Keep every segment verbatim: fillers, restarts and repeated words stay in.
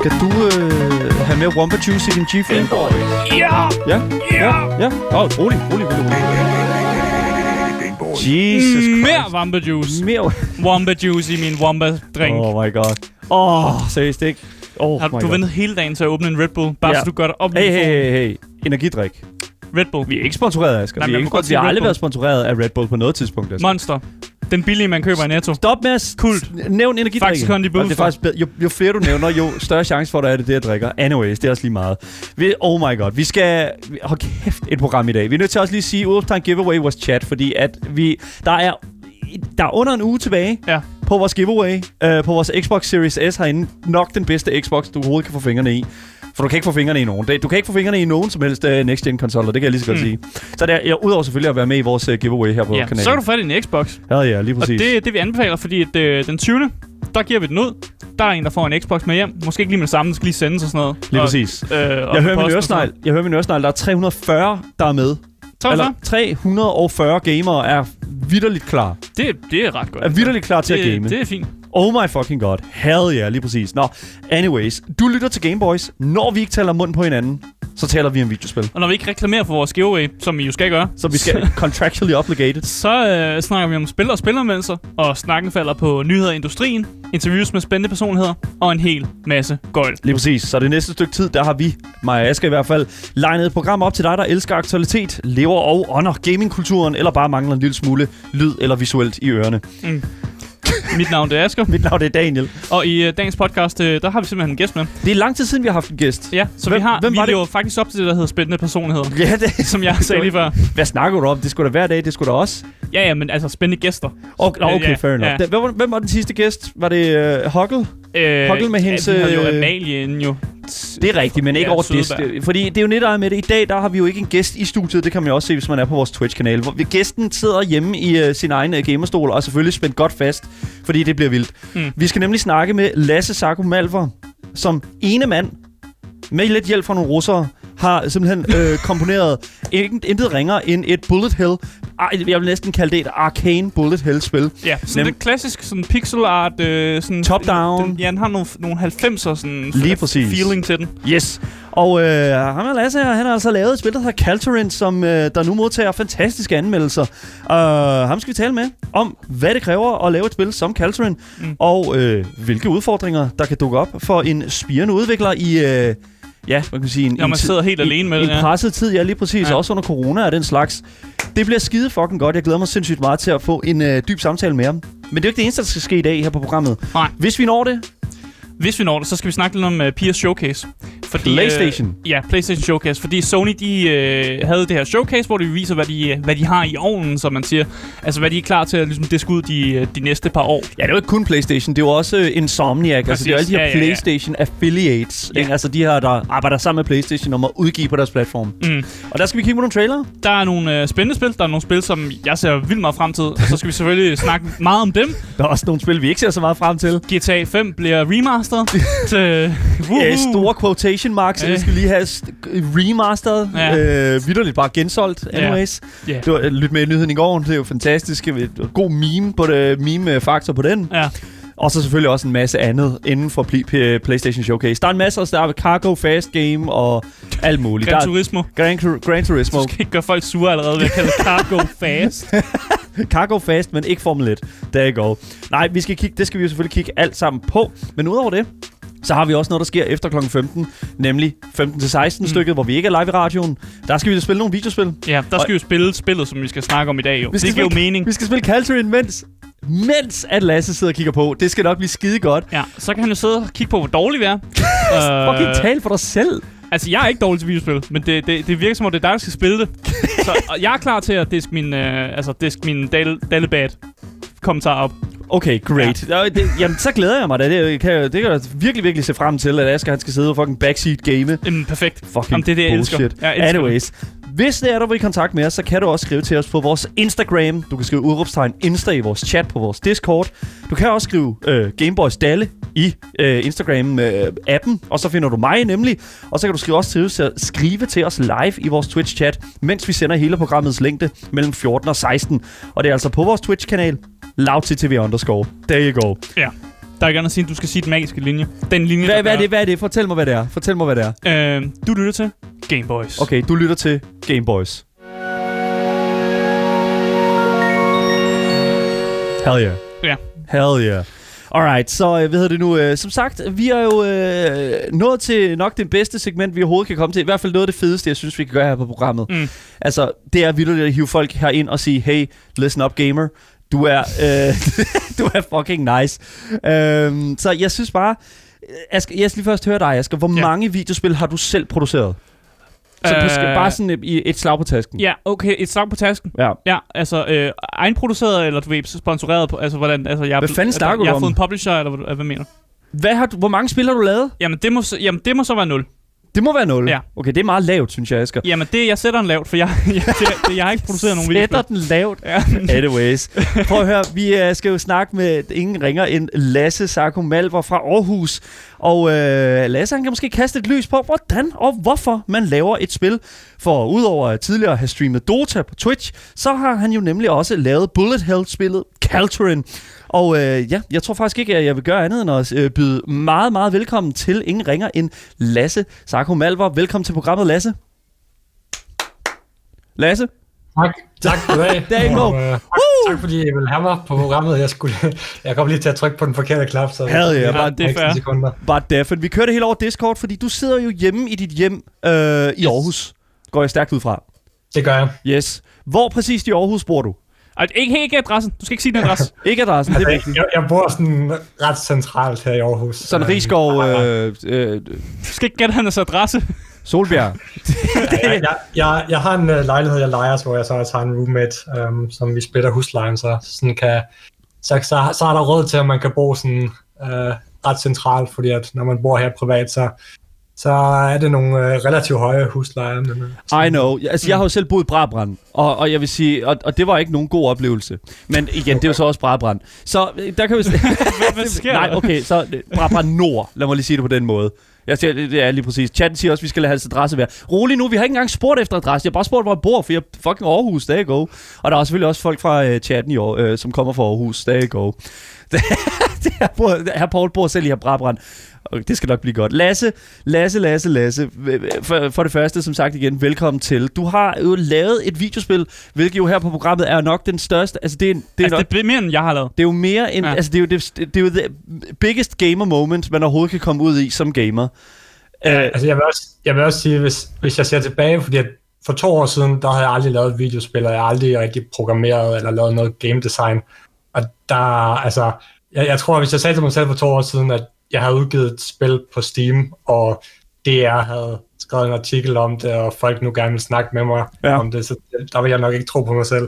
Skal du øh, have mere Wumpa Juice i din G-Funk? Ja! Ja? Ja? Ja? Åh, oh, rolig, rolig, rolig, rolig. Jesus Christ. Mere Wumpa Juice. Mere Wumpa Juice i min Wumpa-drink. Oh my god. Åh, oh, seriøst ikke? Oh Har du ventet hele dagen til at åbne en Red Bull? Bare ja. så du gør det op. Hey, hey, hey, hey. Energidrik. Red Bull. Vi er ikke sponsoreret af Asger. Nej, vi, er ikke, vi har aldrig været sponsoreret af Red Bull på noget tidspunkt. Asger. Monster. Den billige, man køber i Netto. Stop med at Kult. nævne energidrikke. Faktisk kun de det er faktisk bedre. Jo, jo flere du nævner, jo større chance for dig er det, det jeg drikker. Anyways, det er også lige meget. Vi, oh my god. Vi skal... Hold kæft, et program i dag. Vi er nødt til også lige at sige, udoptegn giveaway was chat, fordi at vi... Der er, der er under en uge tilbage ja. på vores giveaway. Uh, på vores Xbox Series S herinde. Nok den bedste Xbox, du overhovedet kan få fingrene i. For du kan ikke få fingrene i nogen. Du kan ikke få fingrene i nogen som helst uh, next-gen-konsoller. Det kan jeg lige så godt mm. sige. Så der, ja, udover selvfølgelig at være med i vores uh, giveaway her på ja, kanalen. så er du fat i en Xbox. Ja, ja, lige præcis. Og det er det, vi anbefaler, fordi at, øh, den tyvende der giver vi den ud. Der er en, der får en Xbox med hjem. Måske ikke lige med det samme, den skal lige sendes og sådan noget. Lige og, præcis. Øh, jeg, hører min øresnegl, jeg hører min øresnegl, der er tre hundrede og fyrre, der er med. tre hundrede og fyrre? Eller tre hundrede og fyrre gamere er vitterligt klar. Det, det er ret godt. Er vitterligt klar til det, at game. Det er fint. Oh my fucking god. Hell yeah, lige præcis. Nå, anyways. Du lytter til Gameboys. Når vi ikke taler mund på hinanden, så taler vi om videospil. Og når vi ikke reklamerer for vores giveaway, som vi jo skal gøre. Så vi skal contractually obligated. Så øh, snakker vi om spil og spilanmeldelser. Og snakken falder på nyheder i industrien, interviews med spændende personligheder og en hel masse gøjl. Lige præcis. Så det næste stykke tid, der har vi, mig og Asger i hvert fald, legnet et program op til dig, der elsker aktualitet, lever og ånder gamingkulturen, eller bare mangler en lille smule lyd eller visuelt i ørerne. Mm. Mit navn er Asger. Mit navn er Daniel. Og i uh, dagens podcast, uh, der har vi simpelthen en gæst med. Det er lang tid siden, vi har haft en gæst. Ja, så hvem, vi har hvem vi lever faktisk op til det, der hedder spændende personligheder. Ja, det som jeg sagde lige før. Hvad snakker du om? Det skulle da hver dag, det skulle da også. Ja, ja, men altså spændende gæster. Okay, okay ja, fair enough. ja. Den, hvem, hvem var den sidste gæst? Var det uh, Huggle? Øh, Huggle med hendes... Ja, vi havde jo Amalie inden jo. Det er rigtigt, men ikke ja, over det. Fordi det er jo net med det. I dag, der har vi jo ikke en gæst i studiet. Det kan man jo også se, hvis man er på vores Twitch-kanal. Hvor gæsten sidder hjemme i uh, sin egen uh, gamerstol og selvfølgelig spændt godt fast, fordi det bliver vildt. Mm. Vi skal nemlig snakke med Lasse Sacco Malver, som ene mand, med lidt hjælp fra nogle russere, har simpelthen øh, komponeret intet ringer end et bullet hell. Jeg vil næsten kalde det et arcane bullet hell-spil. Ja, sådan Nem- det klassisk sådan pixel art. Øh, sådan top-down. Den, ja, den har nogle, nogle halvfemser sådan lige præcis. Feeling til den. Yes. Og øh, ham og Lasse her, han har altså lavet et spil, der hedder Caltorint, som øh, der nu modtager fantastiske anmeldelser. Uh, ham skal vi tale med om, hvad det kræver at lave et spil som Caltorint, mm. og øh, hvilke udfordringer, der kan dukke op for en spirende udvikler i... Øh, Ja, man kan sige en, ja, man sidder helt en, alene med en det, ja. presset tid, ja, lige præcis. Ja. Også under corona og den slags. Det bliver skide fucking godt. Jeg glæder mig sindssygt meget til at få en øh, dyb samtale med ham. Men det er jo ikke det eneste, der skal ske i dag her på programmet. Nej. Hvis vi når det... Hvis vi når det, så skal vi snakke lidt om uh, P S Showcase. Fordi, PlayStation? Øh, ja, PlayStation Showcase. Fordi Sony, de øh, havde det her showcase, hvor de viser, hvad de, hvad de har i ovnen, som man siger. Altså, hvad de er klar til at ligesom, diske ud de, de næste par år. Ja, det er jo ikke kun PlayStation. Det er jo også uh, Insomniac. Præcis. Altså, det er jo alle de her ja, ja, ja. PlayStation affiliates. Ja. Altså, de her, der arbejder sammen med PlayStation om at udgive på deres platform. Mm. Og der skal vi kigge på nogle trailere. Der er nogle øh, spændende spil. Der er nogle spil, som jeg ser vildt meget frem til. Og så skal vi selvfølgelig snakke meget om dem. Der er også nogle spil, vi ikke ser så meget frem til. G T A fem bliver remasteret. til, ja, store quotation marks. Ja. Det skal lige have remasteret. Ja. Øh, vitterligt bare gensolgt. Anyways. Ja. Yeah. Det var lidt med i nyheden i går. Det er jo fantastisk. God meme på det, meme-faktor på den. Ja. Og så selvfølgelig også en masse andet inden for P- PlayStation Showcase. Der er en masse, der er Cargo Fast Game og alt muligt. Gran Turismo. Gran, Gran Turismo. Du skal ikke gøre folk sure allerede ved at kalde Cargo Fast. Cargo Fast, men ikke Formel et. There you go. Nej, vi skal kigge, det skal vi jo selvfølgelig kigge alt sammen på. Men udover det, så har vi også noget, der sker efter klokken femten, nemlig femten til seksten mm. stykket, hvor vi ikke er live i radioen. Der skal vi spille nogle videospil. Ja, der skal vi jo spille spillet, som vi skal snakke om i dag. Jo. Det giver jo mening. Vi skal spille Caltorint, mens, mens at Lasse sidder og kigger på. Det skal nok blive skide godt. Ja, så kan han jo sidde og kigge på, hvor dårlig vi er. Fucking tal for dig selv. Altså, jeg er ikke dårlig til videospil, men det, det, det virker som om, det er dig, der skal spille det. Så og jeg er klar til at diske min, øh, altså, disk min Dalebad kommentar op. Okay, great. Ja. Det, jamen, så glæder jeg mig da. Det kan, det kan jeg virkelig, virkelig se frem til, at Asger han skal sidde og fucking backseat game. Jamen, perfekt. Fucking jamen, det er det, jeg bullshit. elsker. Jeg elsker Anyways. Det. Hvis det er, der vil i kontakt med os, så kan du også skrive til os på vores Instagram. Du kan skrive udråbstegn Insta i vores chat på vores Discord. Du kan også skrive øh, Gameboys Dalle i øh, Instagram-appen, øh, og så finder du mig nemlig. Og så kan du skrive også til, så skrive til os live i vores Twitch-chat, mens vi sender hele programmets længde mellem fjorten og seksten. Og det er altså på vores Twitch-kanal, loudctv underscore. There you go. Ja. Der er ikke andet at sige, at du skal sige den magiske linje. Den linje, hvad, der hvad er det? Hvad er det? Fortæl mig, hvad det er. Fortæl mig, hvad det er. Øh, du lytter til Game Boys. Okay, du lytter til Game Boys. Hell yeah. Ja. Hell yeah. Alright, så hvad hedder det nu? Øh, som sagt, vi er jo øh, nået til nok det bedste segment, vi overhovedet kan komme til. I hvert fald noget af det fedeste, jeg synes, vi kan gøre her på programmet. Mm. Altså, det er vildt at hive folk herind og sige, hey, listen up gamer. Du er, øh, du er fucking nice. Øh, så jeg synes bare, Asger, jeg skal lige først høre dig, Asger. Hvor ja. mange videospil har du selv produceret? Så øh, bare sådan i et slag på tasken. Ja, okay, et slag på tasken. Ja, ja altså øh, egenproduceret eller du ved sponsoreret på, altså hvordan altså jeg hvad fanden snakker altså, du om? Jeg har fået en publisher eller hvad, hvad mener du? Hvad har du, hvor mange spil har du lavet? Jamen det må jamen det må så være nul. Det må være nul. Ja. Okay, det er meget lavt, synes jeg, Asger. Jamen det jeg sætter den lavt, for jeg jeg, det, det, jeg har ikke produceret nogen videospil. Sætter den lavt. Ja. Anyways. Prøv at høre, vi uh, skal jo snakke med ingen ringer end Lasse Sarko Malver fra Aarhus. Og uh, Lasse, han kan måske kaste et lys på, hvordan og hvorfor man laver et spil. For udover at tidligere at have streamet Dota på Twitch, så har han jo nemlig også lavet Bullet Hell-spillet Calturin. Og øh, ja, jeg tror faktisk ikke, at jeg vil gøre andet end at øh, byde meget, meget velkommen til ingen ringer end Lasse Sarko Malver. Velkommen til programmet, Lasse. Lasse? Tak, tak for det. Det er ikke og, øh, tak, tak fordi I ville have mig på programmet. Jeg, skulle, jeg kom lige til at trykke på den forkerte knap, så Hell yeah, jeg bare det er fair. Bare defen. Vi kører det hele over Discord, fordi du sidder jo hjemme i dit hjem øh, i yes. Aarhus. Går jeg stærkt ud fra. Det gør jeg. Yes. Hvor præcis i Aarhus bor du? Ej, ikke, ikke adressen. Du skal ikke sige den adresse. Ikke adressen, det er altså, vigtigt. Jeg, jeg bor sådan ret centralt her i Aarhus. Sådan Rigskov... Øh, øh, du skal ikke gætte hans adresse. Solbjerg. det, jeg, jeg, jeg, jeg har en uh, lejlighed, jeg lejer, hvor jeg så også har en roommate, um, som vi splitter huslejen, så sådan kan... Så, så, så er der råd til, at man kan bo sådan uh, ret centralt, fordi at når man bor her privat, så... Så er det nogle øh, relativt høje huslejer. I know. Altså, jeg har jo selv boet i Brabrand, og, og jeg vil sige, og, og det var ikke nogen god oplevelse. Men igen, det er jo så også Brabrand. Så der kan vi... Hvad sker Nej, okay, så Brabrand Nord. Lad mig lige sige det på den måde. Jeg siger, det er lige præcis. Chatten siger også, at vi skal lade hans adresse være. Rolig nu, vi har ikke engang spurgt efter adresse. Jeg har bare spurgt, hvor jeg bor, for jeg er fucking Aarhus. Der go. Og der er selvfølgelig også folk fra uh, chatten i år, uh, som kommer fra Aarhus. Der go. Her Paul bor selv i her Brabrand. Okay, det skal nok blive godt. Lasse, Lasse, Lasse, Lasse. For, for det første, som sagt igen, velkommen til. Du har jo lavet et videospil, hvilket jo her på programmet er nok den største. Altså, det er, det er, altså, nok, det er mere, end jeg har lavet. Det er jo mere end... Ja. Altså, det er jo det, det er jo the biggest gamer moment, man overhovedet kan komme ud i som gamer. Ja, uh, altså, jeg vil også, jeg vil også sige, hvis, hvis jeg ser tilbage, fordi at for to år siden, der havde jeg aldrig lavet et videospil, og jeg har aldrig rigtig programmeret eller lavet noget game design. Og der, altså... Jeg, jeg tror, hvis jeg sagde til mig selv for to år siden, at jeg havde udgivet et spil på Steam, og D R havde skrevet en artikel om det, og folk nu gerne vil snakke med mig ja. om det, så der vil jeg nok ikke tro på mig selv.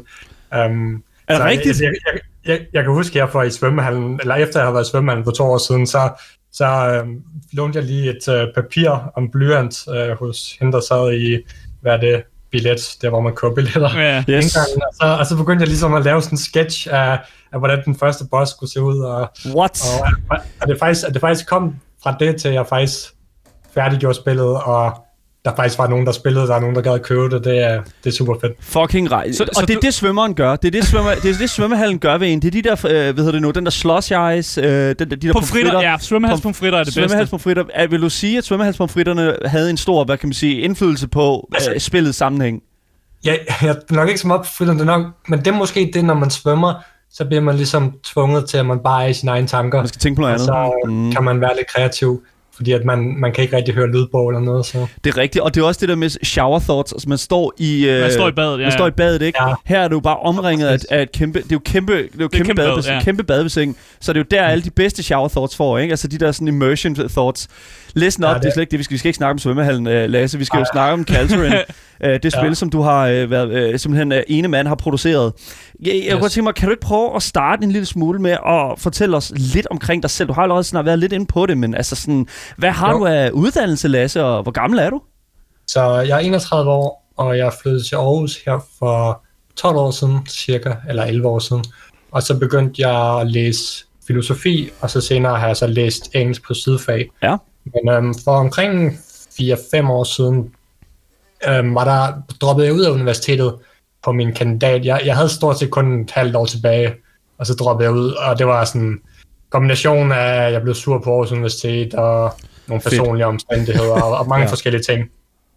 Um, er det rigtigt? Jeg, jeg, jeg, jeg, jeg kan huske, at jeg var i svømmehallen, eller efter jeg havde været i svømmehallen for to år siden, så, så um, lånte jeg lige et uh, papir om blyant uh, hos hende, der sad i, hvad er det, billet, der hvor man køber billetter. Yeah. Yes. Og, så, og så begyndte jeg ligesom at lave sådan en sketch af, af hvordan den første boss skulle se ud. Og, What? Og, og, og det, faktisk, det faktisk kom fra det til, at jeg faktisk færdiggjorde spillet, og der faktisk var nogen, der spillede, der er nogen, der gad at købe det. Det er, det er super fedt. Fucking rej. Så, og så det er du... det, svømmeren gør. Det er det, svømmer, det, er det svømmehallen gør ved en. Det er de der, øh, hvad hedder det nu, den der slush ice, øh, den, de der pomfritter. Ja, svømmehalspomfritter er det bedste. Svømmehalspomfritter. Vil du sige, at svømmehalspomfritterne havde en stor, hvad kan man sige, indflydelse på altså, øh, spillets sammenhæng? Ja, jeg er nok ikke så meget på fritterne, nok, men det er måske det, når man svømmer, så bliver man ligesom tvunget til, at man bare er i sine egne tanker. Man skal tænke på noget andet. Og så mm. kan man være lidt kreativ, fordi at man, man kan ikke rigtig høre lydbog eller noget. Så. Det er rigtigt, og det er også det der med shower thoughts. Altså man står i... Øh, man står i badet, ja. Man står i badet, ikke? Ja. Her er du bare omringet af, af et kæmpe... Det er jo kæmpe, det er jo kæmpe, kæmpe, badebassin, ja. kæmpe badebassin. Så det er jo der, alle de bedste shower thoughts får, ikke? Altså de der sådan immersion thoughts. Listen up, ja, det. det er slet ikke det. Vi skal, vi skal ikke snakke om svømmehallen, uh, Lasse. Vi skal ja. jo snakke om Calturin. uh, det spil, ja. som du har uh, været uh, simpelthen uh, ene mand har produceret. Jeg, jeg yes. kunne godt tænke mig, kan du ikke prøve at starte en lille smule med at fortælle os lidt omkring dig selv? Du har allerede snart været lidt inde på det, men altså sådan, hvad har jo. du af uddannelse, Lasse, og hvor gammel er du? Så jeg er enogtredive år, og jeg er flyttet til Aarhus her for tolv år siden, cirka, eller elleve år siden. Og så begyndte jeg at læse filosofi, og så senere har jeg så læst engelsk på sidefag. Ja. Men øhm, for omkring fire fem år siden, øhm, var der droppet jeg ud af universitetet på min kandidat. Jeg, jeg havde stort set kun et halvt år tilbage, og så droppede jeg ud, og det var sådan, kombination af, at jeg blev sur på Aarhus Universitet, og nogle personlige Fedt. omstændigheder, og, og mange ja. forskellige ting.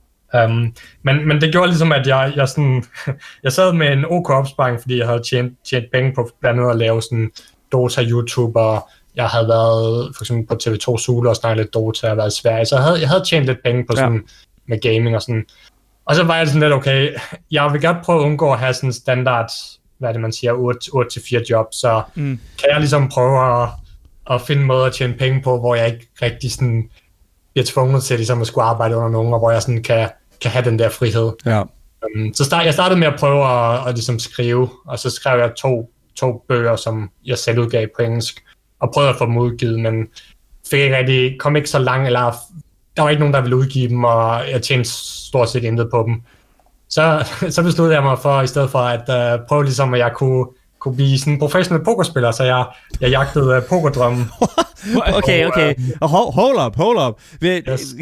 Um, men, men det gjorde ligesom, at jeg, jeg, sådan, jeg sad med en OK opsparing, fordi jeg havde tjent, tjent penge på blandt andet at lave sådan Dota YouTube, og jeg havde været for eksempel på T V to Zulu og snakket lidt Dota og været i Sverige, så jeg havde, jeg havde tjent lidt penge på sådan, ja. med gaming og sådan. Og så var jeg sådan lidt, okay, jeg vil godt prøve at undgå at have sådan standard, hvad er det man siger, otte til fire job, så mm. kan jeg ligesom prøve at, at finde måder at tjene penge på, hvor jeg ikke rigtig sådan bliver tvunget til ligesom at skulle arbejde under nogen, og hvor jeg sådan kan, kan have den der frihed. Ja. Um, så start, jeg startede med at prøve at, at ligesom skrive, og så skrev jeg to, to bøger, som jeg selv udgav på engelsk, og prøvede at få dem udgivet, men fik ikke rigtig, kom ikke så langt, eller der var ikke nogen, der ville udgive dem, og jeg tjente stort set intet på dem. Så, så besluttede jeg mig for, i stedet for at uh, prøve ligesom, at jeg kunne, kunne blive sådan en professionel pokerspiller, så jeg, jeg jagtede uh, pokerdrømmen. okay, okay. Og, uh, hold, hold up, hold up. Yes.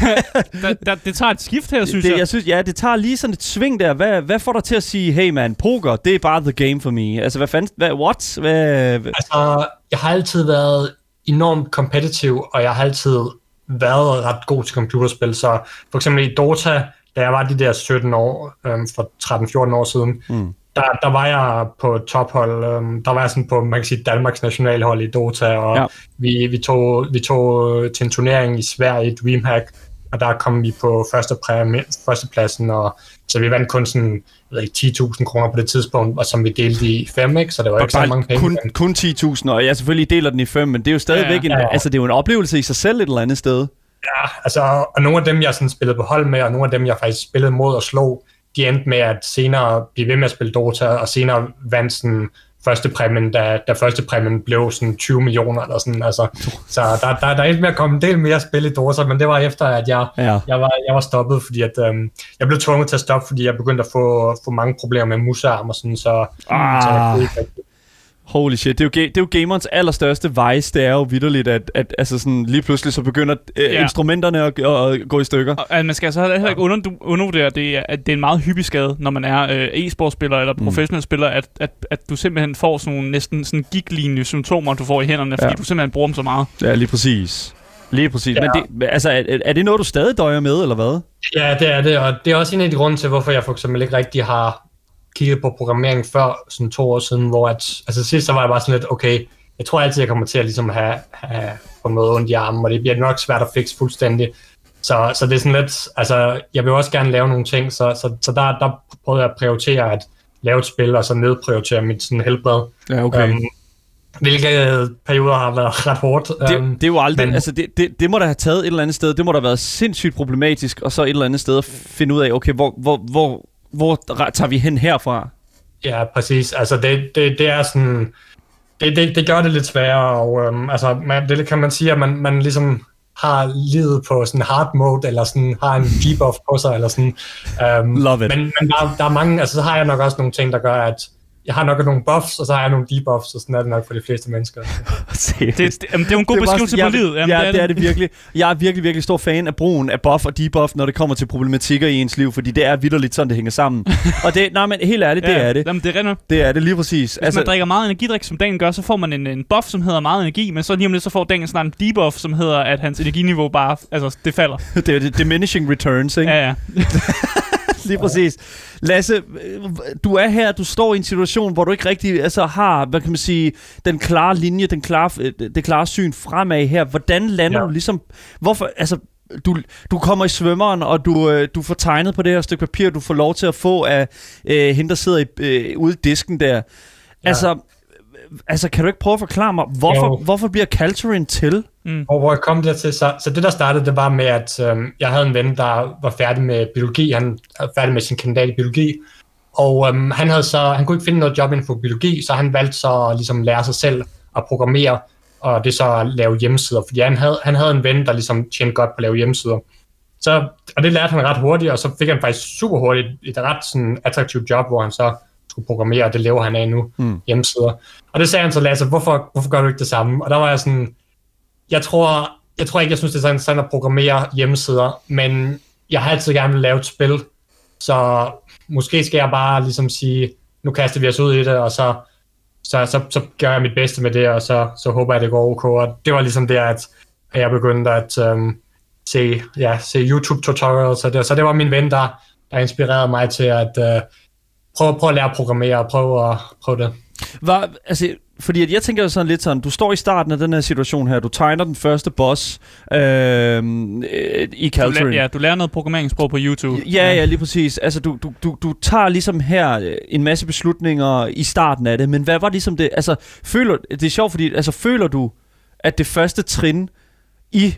der, der, det tager et skift her, synes det, jeg. jeg synes, ja, det tager lige sådan et sving der. Hvad, hvad får dig til at sige, hey man, poker, det er bare the game for me? Altså, hvad fanden, hvad, what? Hvad? Altså, jeg har altid været enormt competitive, og jeg har altid været ret god til computerspil, så for eksempel i Dota, da jeg var de der sytten år, øhm, for tretten fjorten år siden, mm. der, der var jeg på tophold, øhm, der var jeg sådan på, man kan sige, Danmarks nationalhold i Dota, og ja. vi, vi, tog, vi tog til en turnering i Sverige i Dreamhack, og der kom vi på første præmie, førstepladsen, og så vi vandt kun sådan, jeg ved ikke, ti tusind kroner på det tidspunkt, og som vi delte i fem, ikke? Så det var ikke så mange penge. Kun, kun ti tusind, og jeg selvfølgelig deler den i fem, men det er jo stadigvæk ja, ja. En, altså det er jo en oplevelse i sig selv et eller andet sted. Ja, altså, og nogle af dem, jeg sådan spillede på hold med, og nogle af dem, jeg faktisk spillede mod og slog, de endte med at senere blive ved med at spille Dota, og senere vandt sådan første præmien, da, da første præmien blev sådan tyve millioner eller sådan, altså. Så der, der, der er ikke med at komme en del mere spil i Dota, men det var efter, at jeg, ja. jeg, var, jeg var stoppet, fordi at, øhm, jeg blev tvunget til at stoppe, fordi jeg begyndte at få, få mange problemer med musearm og sådan, så, ah. så jeg kunne ikke rigtig. Holy shit, det er, jo, det er jo gamerens allerstørste vice, det er jo vitterligt, at, at altså sådan, lige pludselig så begynder øh, ja. instrumenterne at, at, at gå i stykker. Og, altså, man skal altså heller ikke under, undervurdere, det, at det er en meget hyppig skade, når man er øh, e-sportspiller eller professionel mm. spiller, at, at, at du simpelthen får sådan nogle næsten sådan gig-lignende symptomer, du får i hænderne, fordi ja. du simpelthen bruger dem så meget. Ja, lige præcis. Lige præcis. Ja. Men det, altså, er, er det noget, du stadig døjer med, eller hvad? Ja, det er det, og det er også en af de grunde til, hvorfor jeg for eksempel ikke rigtig har kigget på programmering før, sådan to år siden, hvor at, altså sidst så var jeg bare sådan lidt, okay, jeg tror altid, jeg kommer til at ligesom have, have på noget ondt i armen, og det bliver nok svært at fikse fuldstændig. Så, så det er sådan lidt, altså, jeg vil også gerne lave nogle ting, så, så, så der, der prøvede jeg at prioritere at lave et spil, og så nedprioritere mit sådan helbred. Ja, okay. Um, hvilke perioder har været ret hårdt. Det, um, det er jo aldrig, men, altså det, det, det må da have taget et eller andet sted, det må da have været sindssygt problematisk, og så et eller andet sted at finde ud af, okay, hvor, hvor, hvor Hvor tager vi hen herfra? Ja, præcis. Altså, det, det, det er sådan... Det, det, det gør det lidt sværere, og øhm, altså, man, det kan man sige, at man, man ligesom har livet på sådan hard mode, eller sådan har en debuff på sig, eller sådan. Øhm, Love it. Men, men der, der er mange... Altså, så har jeg nok også nogle ting, der gør, at jeg har nok nogle buffs, og så har jeg nogle debuffs, og sådan er det nok for de fleste mennesker. det, det, det, det er jo en god beskrivelse på livet. Jamen, ja, det er det. det er det virkelig. Jeg er virkelig, virkelig stor fan af brugen af buff og debuff, når det kommer til problematikker i ens liv, fordi det er vitterligt sådan, det hænger sammen. Og det, nej, men helt ærligt, ja, det er det. Jamen, det er rent. Det er det lige præcis. Hvis altså, man drikker meget energidrik, som dagen gør, så får man en, en buff, som hedder meget energi, men så lige om lidt, så får dagen snart en debuff, som hedder, at hans energiniveau bare, altså, det falder. det er det diminishing returns, ikke? Ja, ja. Lige præcis. Lasse, du er her, du står i en situation, hvor du ikke rigtig altså, har, hvad kan man sige, den klare linje, den klare, det klare syn fremad her. Hvordan lander ja. du ligesom, hvorfor, altså, du, du kommer i svømmeren, og du, du får tegnet på det her stykke papir, du får lov til at få af øh, hende, der sidder i, øh, ude i disken der. Ja. Altså, altså, kan du ikke prøve at forklare mig, hvorfor, hvorfor bliver Kalturin til? Mm. Og hvor jeg kom der til, så, så det der startede, det var med, at øhm, jeg havde en ven, der var færdig med biologi, han var færdig med sin kandidat i biologi, og øhm, han, havde så, han kunne ikke finde noget job inden for biologi, så han valgte så at ligesom lære sig selv at programmere, og det så at lave hjemmesider, fordi han havde, han havde en ven, der ligesom tjente godt på at lave hjemmesider. Så, og det lærte han ret hurtigt, og så fik han faktisk super hurtigt et ret sådan, attraktivt job, hvor han så skulle programmere, og det lever han af nu, mm. hjemmesider. Og det sagde han så, Lasse, hvorfor, hvorfor gør du ikke det samme? Og der var jeg sådan, jeg tror, jeg tror ikke, jeg synes, det er sådan, sådan at programmere hjemmesider, men jeg har altid gerne vil lave et spil, så måske skal jeg bare ligesom sige, nu kaster vi os ud i det, og så så, så, så gør jeg mit bedste med det, og så, så håber jeg, det går ok. Og det var ligesom det, at jeg begyndte at um, se, ja, se YouTube-tutorials, så det, så det var min ven, der, der inspirerede mig til at uh, prøve, prøve at lære at programmere og prøve, at, prøve det. Var, altså, fordi at jeg tænker sådan lidt sådan, du står i starten af den her situation her, du tegner den første boss øh, i Caltrin. Du lærer, ja, du lærer noget programmeringssprog på YouTube. Ja, ja, lige præcis. Altså, du, du, du, du tager ligesom her en masse beslutninger i starten af det, men hvad var ligesom det, altså, føler, det er sjovt, fordi, altså, føler du, at det første trin i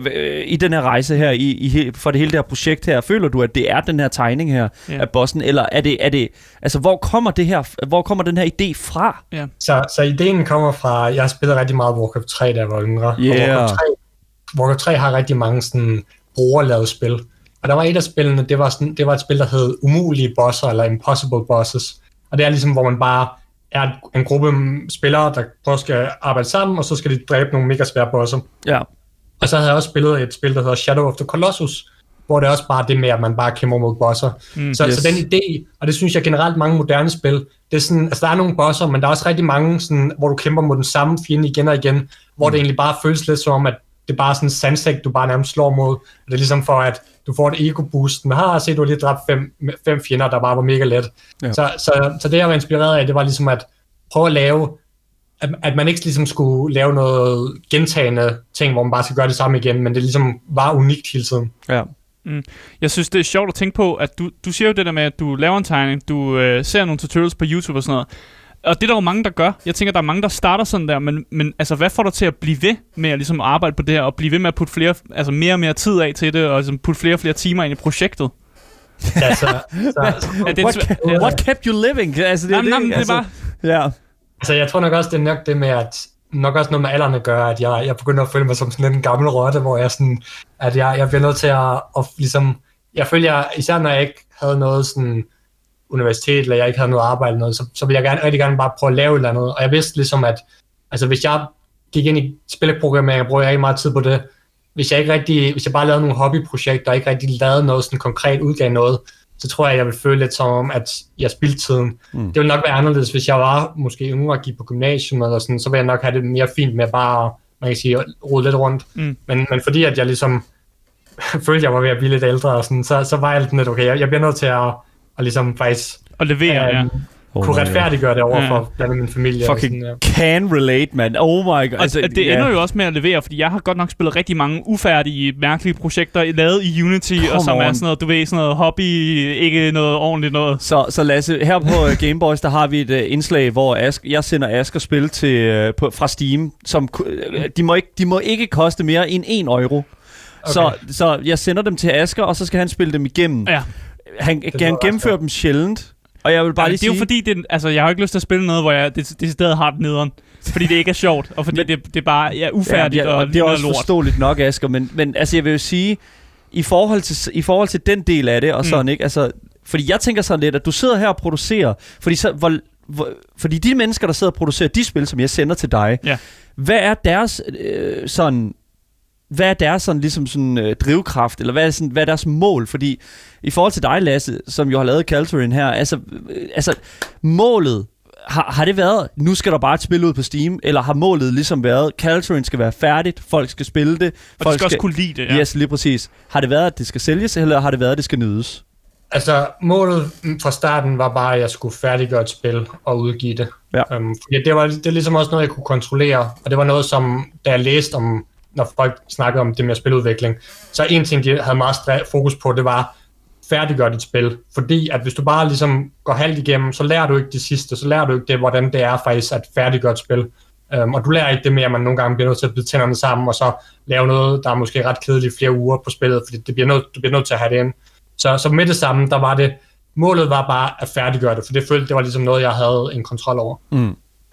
i den her rejse her, i, i, for det hele det her projekt her, føler du, at det er den her tegning her yeah. af bossen, eller er det, er det, altså hvor kommer det her, hvor kommer den her idé fra? Yeah. Så, så ideen kommer fra, jeg har spillet rigtig meget Warcraft tre, da jeg var yngre, yeah. og Warcraft tre, Warcraft tre har rigtig mange sådan brugerlavede spil, og der var et af spillene, det var, sådan, det var et spil, der hed Umulige Bosser, eller Impossible Bosses, og det er ligesom, hvor man bare er en gruppe spillere, der prøver at arbejde sammen, og så skal de dræbe nogle mega svære bosser. Ja. Yeah. Og så havde jeg også spillet et spil, der hedder Shadow of the Colossus, hvor det er også bare det med, at man bare kæmper mod bosser. Mm, så, yes. så den idé, og det synes jeg generelt mange moderne spil, det er sådan, altså der er nogle bosser, men der er også rigtig mange, sådan, hvor du kæmper mod den samme fjende igen og igen, hvor mm. det egentlig bare føles lidt som om, at det er bare sådan en sandsæk, du bare nærmest slår mod. Og det er ligesom for, at du får et ego-boost. Men har set, du lige dræbt fem, fem fjender, der bare var mega let. Ja. Så, så, så det, jeg var inspireret af, det var ligesom at prøve at lave At, at man ikke ligesom skulle lave noget gentagende ting, hvor man bare skal gøre det samme igen, men det ligesom var unikt hele tiden. Ja. Mm. Jeg synes, det er sjovt at tænke på, at du, du siger jo det der med, at du laver en tegning, du øh, ser nogle tutorials på YouTube og sådan noget, og det er der jo mange, der gør. Jeg tænker, der er mange, der starter sådan der, men, men altså, hvad får dig til at blive ved med at ligesom arbejde på det her, og blive ved med at putte flere, altså mere og mere tid af til det, og ligesom putte flere og flere timer ind i projektet? Ja, så, så, ja, det what, sv- what kept you living? Altså, det, jamen, det, jamen, altså, det er bare... Ja. Altså, jeg tror nok også, det er nok det med, at nok også noget med alderne gør, at jeg, jeg begynder at føle mig som sådan en gammel rotte, hvor jeg sådan, at jeg, jeg bliver nødt til at, at ligesom, jeg føler, jeg, især når jeg ikke havde noget sådan universitet, eller jeg ikke havde noget arbejde eller noget, så, så ville jeg gerne, rigtig gerne bare prøve at lave et eller andet, og jeg vidste ligesom, at altså, hvis jeg gik ind i spilleprogrammering, bruger jeg ikke meget tid på det, hvis jeg ikke rigtig, hvis jeg bare lavede nogle hobbyprojekter, og ikke rigtig lavede noget sådan konkret, udgav noget, så tror jeg, jeg vil føle lidt som om, at jeg spildte tiden. Mm. Det ville nok være anderledes, hvis jeg var måske yngre og gik på gymnasium eller sådan, så ville jeg nok have det mere fint med bare, man kan sige, rode lidt rundt. Mm. Men, men fordi at jeg ligesom følte, jeg var ved at blive lidt ældre og sådan, så, så var jeg lidt, okay, jeg, jeg bliver nødt til at, at ligesom faktisk at levere, øh, ja. kunne retfærdiggøre det over for blandt min familie. Fucking og sådan, ja. Can relate, man. Oh my god. Altså, det ender yeah. jo også med at levere, fordi jeg har godt nok spillet rigtig mange ufærdige, mærkelige projekter lavet i Unity, Come og som on. er sådan noget, du ved, sådan noget hobby, ikke noget ordentligt noget. Så, så Lasse, her på uh, Gameboys, der har vi et uh, indslag, hvor Ask, jeg sender Asger spil til, uh, på, fra Steam, som uh, de, må ikke, de må ikke koste mere end en euro. Okay. Så, så jeg sender dem til Asger, og så skal han spille dem igennem. Ja. Han, han gennemfører dem sjældent. Og jeg vil bare ja, lige det er sige... jo fordi, det, altså, jeg har ikke lyst til at spille noget, hvor jeg det, det stadig har det nederen. Fordi det ikke er sjovt, og fordi men, det, det er bare ja, ufærdigt ja, ja, og, og det er også lort. Forståeligt nok, Asger, men, men altså, jeg vil jo sige, i forhold til, i forhold til den del af det, og sådan, mm. ikke? Altså, fordi jeg tænker sådan lidt, at du sidder her og producerer, fordi, så, hvor, hvor, fordi de mennesker, der sidder og producerer de spil, som jeg sender til dig, ja. hvad er deres øh, sådan... Hvad er deres sådan, ligesom sådan, øh, drivkraft, eller hvad er, sådan, hvad er deres mål? Fordi i forhold til dig, Lasse, som jo har lavet Caltrin her, altså, øh, altså målet, har, har det været, nu skal der bare et spil ud på Steam, eller har målet ligesom været, Caltrin skal være færdigt, folk skal spille det. Og folk de skal også kunne lide det, ja. Yes, lige præcis. Har det været, at det skal sælges, eller har det været, at det skal nydes? Altså, målet fra starten var bare, at jeg skulle færdiggøre et spil og udgive det. Ja. Um, fordi det var det er ligesom også noget, jeg kunne kontrollere, og det var noget, som, da jeg læste om, når folk snakkede om det med spiludvikling, så en ting, de havde meget fokus på, det var færdiggøre dit spil. Fordi at hvis du bare ligesom går halvt igennem, så lærer du ikke det sidste, så lærer du ikke det, hvordan det er faktisk at færdiggøre et spil. Um, og du lærer ikke det med, at man nogle gange bliver nødt til at bide tænderne sammen, og så lave noget, der er måske ret kedeligt flere uger på spillet, fordi det bliver nødt, du bliver nødt til at have det ind. Så, så med det samme, der var det, målet var bare at færdiggøre det, for det følte, det var ligesom noget, jeg havde en kontrol over. Mm.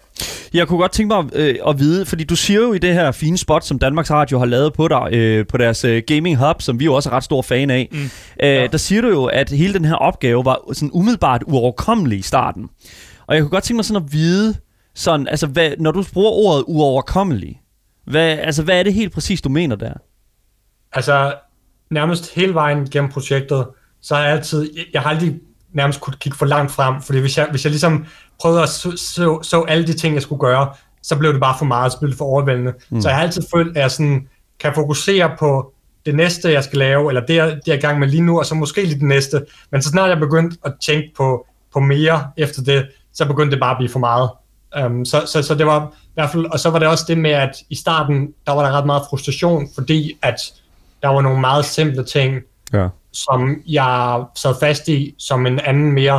Jeg kunne godt tænke mig øh, at vide, fordi du siger jo i det her fine spot, som Danmarks Radio har lavet på dig, øh, på deres øh, gaming hub, som vi jo også er ret stor fan af, mm. øh, ja. Der siger du jo, at hele den her opgave var sådan umiddelbart uoverkommelig i starten. Og jeg kunne godt tænke mig sådan at vide, sådan, altså, hvad, når du bruger ordet uoverkommelig, hvad, altså, hvad er det helt præcis, du mener der? Altså, nærmest hele vejen gennem projektet, så har jeg altid, jeg har aldrig nærmest kunne kigge for langt frem, fordi hvis jeg, hvis jeg ligesom prøvede at så, så, så alle de ting, jeg skulle gøre, så blev det bare for meget, så blev det for overvældende. Mm. Så jeg har altid følt, at jeg sådan, kan fokusere på det næste, jeg skal lave, eller det, jeg, det, jeg er i gang med lige nu, og så måske lige det næste. Men så snart jeg begyndte at tænke på, på mere efter det, så begyndte det bare at blive for meget. Um, så, så, så det var i hvert fald, og så var det også det med, at i starten, der var der ret meget frustration, fordi at der var nogle meget simple ting, ja. Som jeg sad fast i, som en anden mere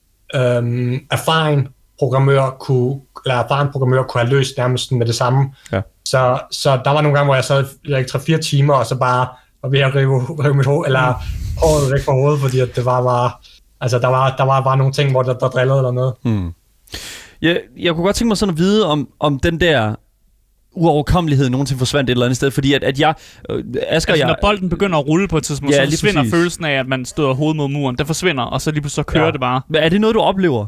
øhm, erfaren programmør kunne, eller erfaren programmør kunne have løst nærmest med det samme. Ja. Så, så der var nogle gange, hvor jeg sad i tre fire timer, og så bare var ved at rive, rive mit hoved, eller håret væk fra hovedet, fordi at det var bare, altså der var, der var bare nogle ting, hvor der, der drillede eller noget. Hmm. Jeg, jeg kunne godt tænke mig sådan at vide, om, om den der uoverkommelighed nogensinde forsvandt et eller andet sted, fordi at, at jeg... Øh, Asger, altså, jeg, når bolden begynder at rulle på et tidspunkt, ja, så forsvinder præcis. Følelsen af, at man støder hovedet mod muren. Den forsvinder, og så lige pludselig så kører ja. Det bare. Men er det noget, du oplever?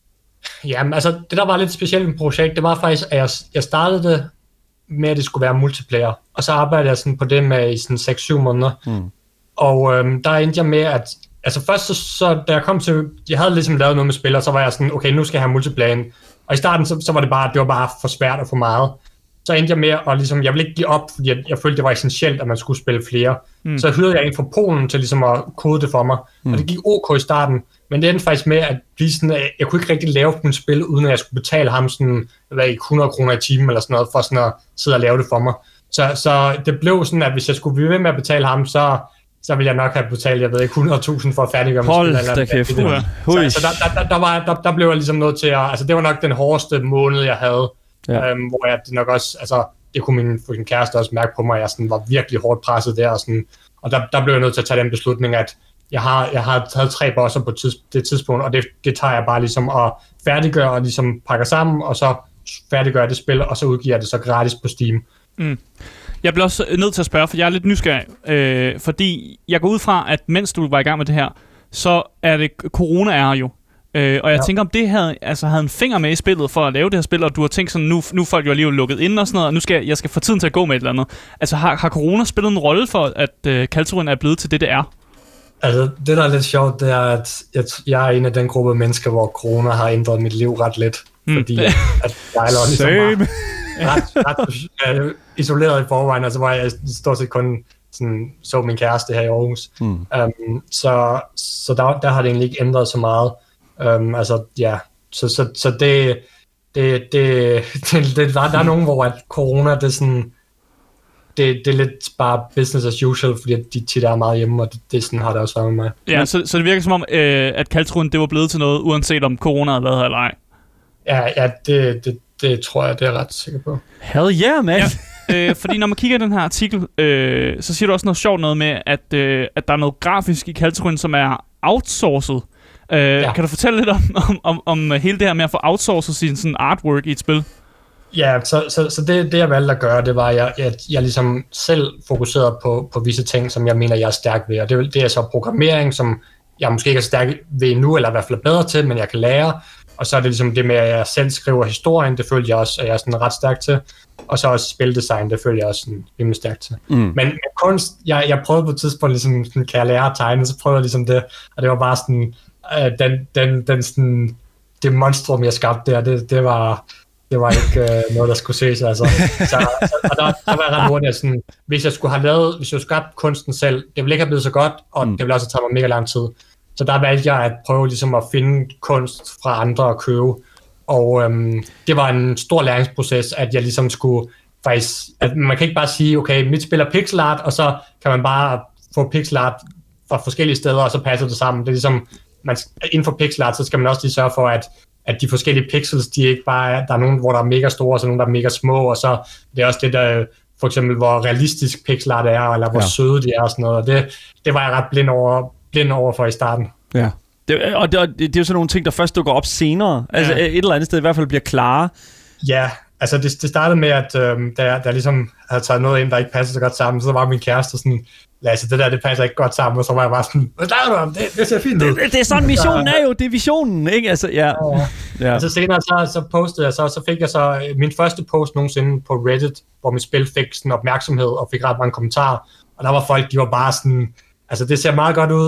Jamen, altså, det der var lidt specielt med projekt, det var faktisk, at jeg, jeg startede det med, at det skulle være multiplayer, og så arbejdede jeg sådan på det med i sådan seks syv måneder. Hmm. Og øhm, der endte jeg med, at... Altså først, så, så da jeg kom til... Jeg havde ligesom lavet noget med spil, og så var jeg sådan, okay, nu skal jeg have multiplayer. Og i starten, så, så var det bare, det var bare for svært og for meget. Så endte jeg med, og ligesom, jeg ville ikke give op, fordi jeg, jeg følte, det var essentielt, at man skulle spille flere. Mm. Så hyrede jeg en fra Polen til ligesom at kode det for mig. Mm. Og det gik ok i starten, men det endte faktisk med at blive sådan, at jeg kunne ikke rigtig lave min spil, uden at jeg skulle betale ham sådan, hvad, hundrede kroner i timen eller sådan noget, for sådan at sidde og lave det for mig. Så, så det blev sådan, at hvis jeg skulle blive ved med at betale ham, så, så ville jeg nok have betalt, jeg ved ikke, hundrede tusind for at færdiggøre mit spil. Hold da kæft. Så, så der, der, der, var, der, der blev jeg ligesom nødt til at, altså det var nok den hårdeste måned, jeg havde. Ja. Øhm, hvor jeg det nok også, altså det kunne min, min kæreste også mærke på mig, at jeg sådan var virkelig hårdt presset der, og, sådan, og der, der blev jeg nødt til at tage den beslutning, at jeg har, jeg har taget tre bosser på tids, det tidspunkt, og det, det tager jeg bare ligesom at færdiggøre, og ligesom pakker sammen, og så færdiggør jeg det spil, og så udgiver jeg det så gratis på Steam. Mm. Jeg bliver også nødt til at spørge, for jeg er lidt nysgerrig, øh, fordi jeg går ud fra, at mens du var i gang med det her, så er det, corona er her jo. Øh, og jeg ja. tænker, om det havde, altså, havde en finger med i spillet for at lave det her spil, og du har tænkt sådan, nu, nu er folk jo alligevel lukket inde og sådan noget, og nu skal jeg, jeg skal få tiden til at gå med et eller andet. Altså, har, har corona spillet en rolle for, at øh, Kalturin er blevet til det, det er? Altså, det der er lidt sjovt, det er, at jeg, jeg er en af den gruppe af mennesker, hvor corona har ændret mit liv ret lidt. Mm. Fordi at, at jeg er ligesom bare ret, ret uh, isoleret i forvejen, altså hvor jeg stort set kun sådan, så min kæreste her i Aarhus. Mm. Um, så så der, der har det egentlig ikke ændret så meget. Um, altså, ja, så, så, så det, det, det, det, det der, der er nogen, hvor at corona, det er sådan, det, det er lidt bare business as usual, fordi de tit er meget hjemme, og det, det sådan har det også været med mig. Ja, så, så det virker som om, øh, at Kaltrun, det var blevet til noget, uanset om corona havde været her eller ej. Ja, ja det, det, det tror jeg, det er jeg ret sikker på. Hell yeah, man! Ja, øh, fordi når man kigger i den her artikel, øh, så siger du også noget sjovt noget med, at, øh, at der er noget grafisk i Kaltrun, som er outsourcet. Uh, ja. Kan du fortælle lidt om, om, om, om hele det her med at få outsourcet sin sådan artwork i et spil? Ja, så, så, så det, det jeg valgte at gøre, det var, at jeg, jeg, jeg ligesom selv fokuserede på, på visse ting, som jeg mener, jeg er stærk ved. Og det, det er så programmering, som jeg måske ikke er stærk ved nu, eller i hvert fald bedre til, men jeg kan lære. Og så er det ligesom det med, at jeg selv skriver historien, det føler jeg også, at jeg er sådan ret stærk til. Og så også spildesign, det føler jeg også sådan rimelig stærk til. Mm. Men, men kunst, jeg, jeg prøvede på et tidspunkt, ligesom, sådan, kan jeg lære at tegne, så prøvede jeg ligesom det, og det var bare sådan, øh, den, den, den sådan, det monstrum, jeg skabte der, det, det var... Det var ikke øh, noget, der skulle ses, altså. Så, så, og der, der var ret hurtigt, sådan, hvis jeg skulle have lavet, hvis jeg skulle skabt kunsten selv, det ville ikke have blevet så godt, og mm. det ville også have taget mig mega lang tid. Så der valgte jeg at prøve ligesom at finde kunst fra andre at købe, og øhm, det var en stor læringsproces, at jeg ligesom skulle faktisk, at man kan ikke bare sige, okay, mit spil er pixel art, og så kan man bare få pixel art fra forskellige steder, og så passer det sammen. Det er ligesom, man, inden for pixel art, så skal man også lige sørge for, at at de forskellige pixels, de ikke bare er, der er nogen, hvor der er mega store, og så nogen, der er mega små, og så det er også det, der for eksempel, hvor realistisk pixelart er, eller hvor ja. søde de er, og sådan noget, og det, det var jeg ret blind over, blind over for i starten. Ja. Det, og det, det er jo sådan nogle ting, der først dukker op senere, ja. altså et eller andet sted i hvert fald bliver klare. Ja, altså det, det startede med, at øhm, der, der ligesom havde taget noget ind, der ikke passede så godt sammen, så var min kæreste sådan, Lasse, det der, det passer ikke godt sammen, og så var jeg bare sådan, hvad der er du om? Det, det ser fint ud. Det, det er sådan, missionen er jo, det er visionen, ikke? Altså, ja. ja. ja. Og så senere, så, så postede jeg, så, så fik jeg så min første post nogensinde på Reddit, hvor mit spil fik sådan opmærksomhed, og fik ret mange kommentarer, og der var folk, de var bare sådan, altså det ser meget godt ud,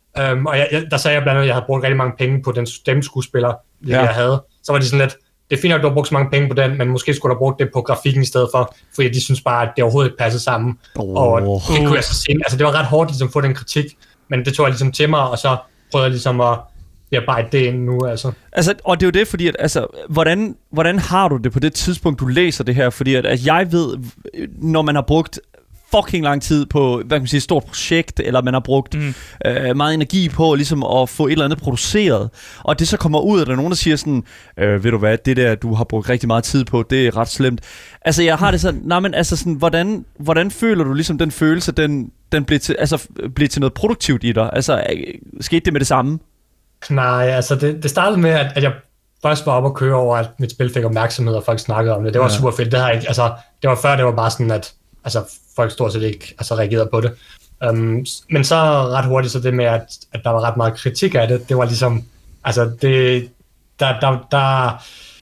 Um, og jeg, jeg, der sagde jeg blandt andet, at jeg havde brugt rigtig mange penge på den stemmeskuespiller, ja. jeg havde. Så var de sådan lidt, det er fint at du har brugt så mange penge på den, men måske skulle du have brugt det på grafikken i stedet for, fordi de synes bare, at det overhovedet ikke passede sammen. Oh. Og det kunne jeg så se. Altså det var ret hårdt ligesom, at få den kritik, men det tog jeg ligesom til mig, og så prøvede jeg ligesom at bearbejde det ind nu. Altså. Altså, og det er jo det, fordi at, altså, hvordan, hvordan har du det på det tidspunkt, du læser det her? Fordi at, at jeg ved, når man har brugt fucking lang tid på, hvad kan man sige, et stort projekt, eller man har brugt mm. øh, meget energi på ligesom at få et eller andet produceret, og det så kommer ud, og der er nogen, der siger sådan, øh, ved du hvad, det der, du har brugt rigtig meget tid på, det er ret slemt. Altså, jeg har det sådan, nej, men altså sådan, hvordan, hvordan føler du ligesom den følelse, den, den bliver til, altså, bliver til noget produktivt i dig? Altså, skete det med det samme? Nej, altså, det, det startede med, at, at jeg først var oppe og køre over, at mit spil fik opmærksomhed, og folk snakkede om det. Det var ja. super fedt. Det, har ikke, altså, det var før, det var bare sådan, at altså, folk stort set ikke altså, reagerede på det. Um, men så ret hurtigt, så det med, at, at der var ret meget kritik af det, det var ligesom, altså, det, der, der, der,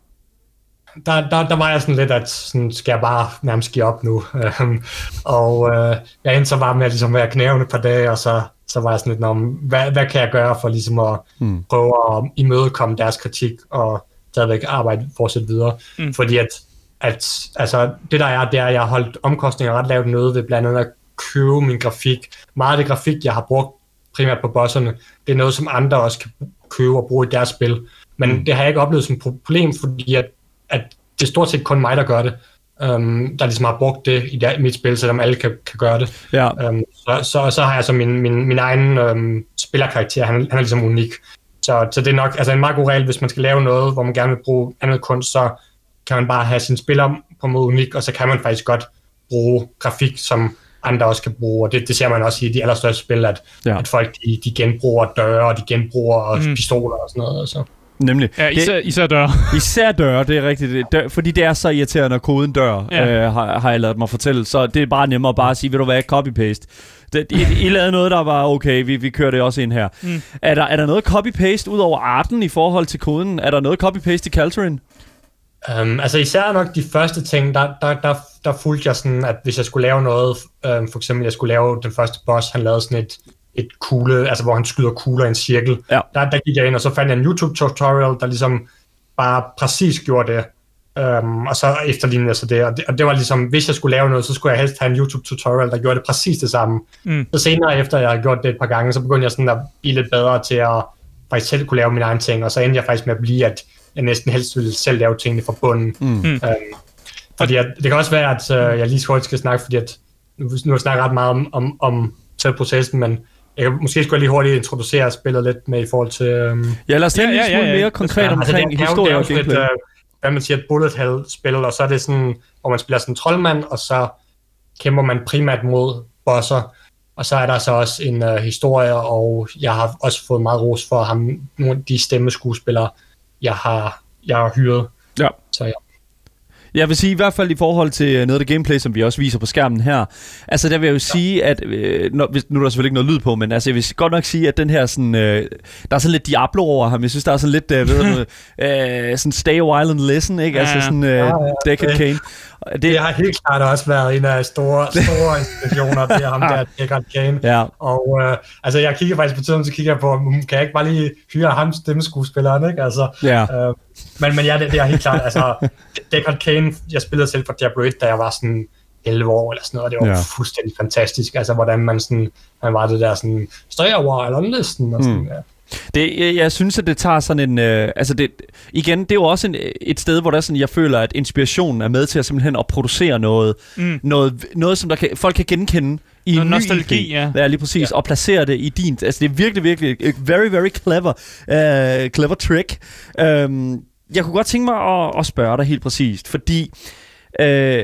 der, der, der var jeg sådan lidt, at sådan, skal jeg bare nærmest give op nu. Um, og uh, jeg endte så bare med at ligesom, være knævende et par dage, og så, så var jeg sådan lidt, om, hvad, hvad kan jeg gøre for ligesom at hmm. prøve at imødekomme deres kritik, og stadigvæk arbejde fortsætte videre. Hmm. Fordi at at altså, det der er, det er, at jeg har holdt omkostninger ret lavt nede ved blandt andet at købe min grafik. Meget af det grafik, jeg har brugt primært på bosserne, det er noget, som andre også kan købe og bruge i deres spil. Men mm. det har jeg ikke oplevet som et problem, fordi at, at det er stort set kun mig, der gør det. Um, der ligesom har brugt det i der, mit spil, selvom alle kan, kan gøre det. Ja. Um, så, så, så har jeg så min, min, min egen um, spillerkarakter, han, han er ligesom unik. Så, så det er nok altså en meget god regel, hvis man skal lave noget, hvor man gerne vil bruge andet kunst, så kan man bare have sin spiller på måde unik, og så kan man faktisk godt bruge grafik, som andre også kan bruge, og det, det ser man også i de allerstørste spil, at, ja. at folk de, de genbruger døre, og de genbruger mm. pistoler og sådan noget. Så. Nemlig. Ja, især, det, især døre. Især døre, det er rigtigt. Dør, fordi det er så irriterende, når koden dør, ja. øh, har, har jeg ladet mig fortælle, så det er bare nemmere bare at sige, ved du hvad, copy-paste. Det, I, I lavede noget, der var okay, vi, vi kører det også ind her. Mm. Er, der, er der noget copy-paste ud over arten i forhold til koden? Er der noget copy-paste i Caltorin? Um, altså især nok de første ting, der, der, der, der fulgte jeg sådan, at hvis jeg skulle lave noget, um, for eksempel jeg skulle lave den første boss, han lavede sådan et, et kugle, altså hvor han skyder kugler i en cirkel, ja. der, der gik jeg ind, og så fandt jeg en YouTube-tutorial, der ligesom bare præcis gjorde det, um, og så efterlignede jeg så det og, det, og det var ligesom, hvis jeg skulle lave noget, så skulle jeg helst have en YouTube-tutorial, der gjorde det præcis det samme. Mm. Så senere efter jeg havde gjort det et par gange, så begyndte jeg sådan at blive lidt bedre til at faktisk selv kunne lave mine egne ting, og så endte jeg faktisk med at blive, at jeg næsten helst ville selv lave tingene fra bunden. Mm. Øhm, fordi at, det kan også være, at øh, jeg lige så hurtigt skal snakke, fordi at nu, nu har jeg snakket ret meget om, om, om selv processen, men jeg kan, måske skulle jeg lige hurtigt introducere spillet lidt med i forhold til... Øhm, ja, lad os tage ja, ja, ja, ja. mere konkret ja, omkring altså, historie og gameplay. Et, øh, hvad man siger, et bullet hell-spil, og så er det sådan, hvor man spiller sådan en troldmand, og så kæmper man primært mod bosser, og så er der så også en øh, historie, og jeg har også fået meget ros for ham, nogle af de stemmeskuespillere, jeg har, jeg har hyret. Ja. Så ja. Jeg vil sige i hvert fald i forhold til noget af det gameplay, som vi også viser på skærmen her. Altså der vil jeg jo ja. sige, at øh, når, nu er der selvfølgelig ikke noget lyd på, men altså jeg vil godt nok sige, at den her sådan, øh, der er sådan lidt Diablo over ham. Jeg synes der er sådan lidt, øh, ved du, øh, sådan stay a while and listen, ikke? Ja. Altså sådan øh, ja, ja. Deckard Cain. Det, det har helt klart også været en af store, store inspirationer til ham der, Deckard Cain. Ja. Og øh, altså jeg kigger faktisk på tiden, så kigger jeg på, kan jeg ikke bare lige hyre ham stemmeskuespilleren, ikke? Altså, ja. øh, men, men ja, det, det er helt klart, altså Deckard Cain, jeg spillede selv for Diablo et, da jeg var sådan elleve år eller sådan noget, og det var ja. fuldstændig fantastisk, altså hvordan man sådan, man var det der sådan, streger eller næsten, og sådan, mm. ja. Det, jeg, jeg synes, at det tager sådan en... Øh, altså det, igen, det er jo også en, et sted, hvor der sådan, jeg føler, at inspirationen er med til at simpelthen at producere noget, mm. noget, noget som der kan, folk kan genkende i noget en nostalgi, ny ja. Ja, lige præcis, ja. Og placere det i din... Altså det er virkelig, virkelig very, very clever, uh, clever trick. Um, jeg kunne godt tænke mig at, at spørge dig helt præcist, fordi... Uh,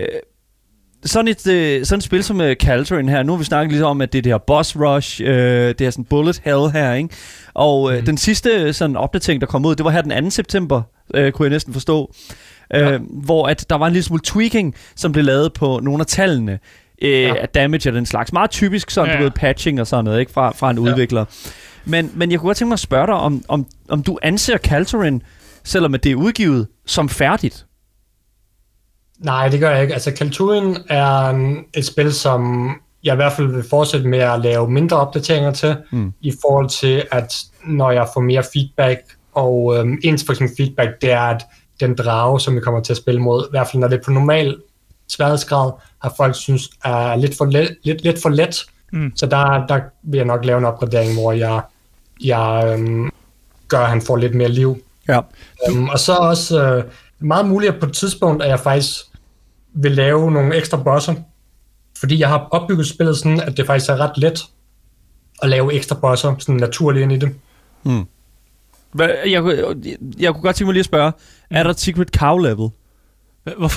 Sådan et, øh, sådan et spil som øh, Caltorin her, nu har vi snakket lidt om, at det er det her boss rush, øh, det er sådan bullet hell her, ikke? Og øh, mm. den sidste sådan opdatering, der kom ud, det var her den anden september, øh, kunne jeg næsten forstå, øh, ja. Hvor at der var en lille smule tweaking, som blev lavet på nogle af tallene øh, ja. af damage og den slags. Meget typisk sådan, ja. du ved, patching og sådan noget, ikke? Fra, fra en ja. udvikler. Men, men jeg kunne godt tænke mig at spørge dig, om, om, om du anser Caltorin, selvom at det er udgivet, som færdigt? Nej, det gør jeg ikke. Altså, Caltorin er et spil, som jeg i hvert fald vil fortsætte med at lave mindre opdateringer til, mm. i forhold til, at når jeg får mere feedback, og øhm, ens for eksempel feedback, det er, at den drage, som vi kommer til at spille mod, i hvert fald når det er på normal sværhedsgrad, har folk synes er lidt for let, lidt, lidt for let. Mm. Så der, der vil jeg nok lave en opgradering, hvor jeg, jeg øhm, gør, at han får lidt mere liv. Ja. Øhm, og så også øh, meget muligt, at på et tidspunkt, at jeg faktisk vil lave nogle ekstra bosser, fordi jeg har opbygget spillet sådan, at det faktisk er ret let at lave ekstra bosser, sådan naturligt ind i det. Mm. Jeg, jeg, jeg kunne godt tænke mig lige at spørge, mm. er der et secret cow level? Hvorfor?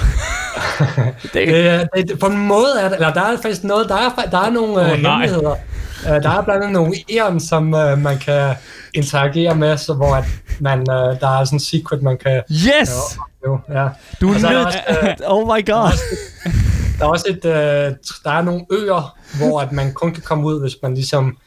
det, det, det, på en måde er det, eller der er faktisk noget, der er, der er nogle oh, uh, hemmeligheder. Uh, der er blandt andet nogle æren, som uh, man kan interagere med, så hvor at man, uh, der er sådan en secret, man kan... Yes! Jo, ja. Du er nødt... Uh, oh my god! Der er også et, uh, der er nogle øer, hvor at man kun kan komme ud, hvis man ligesom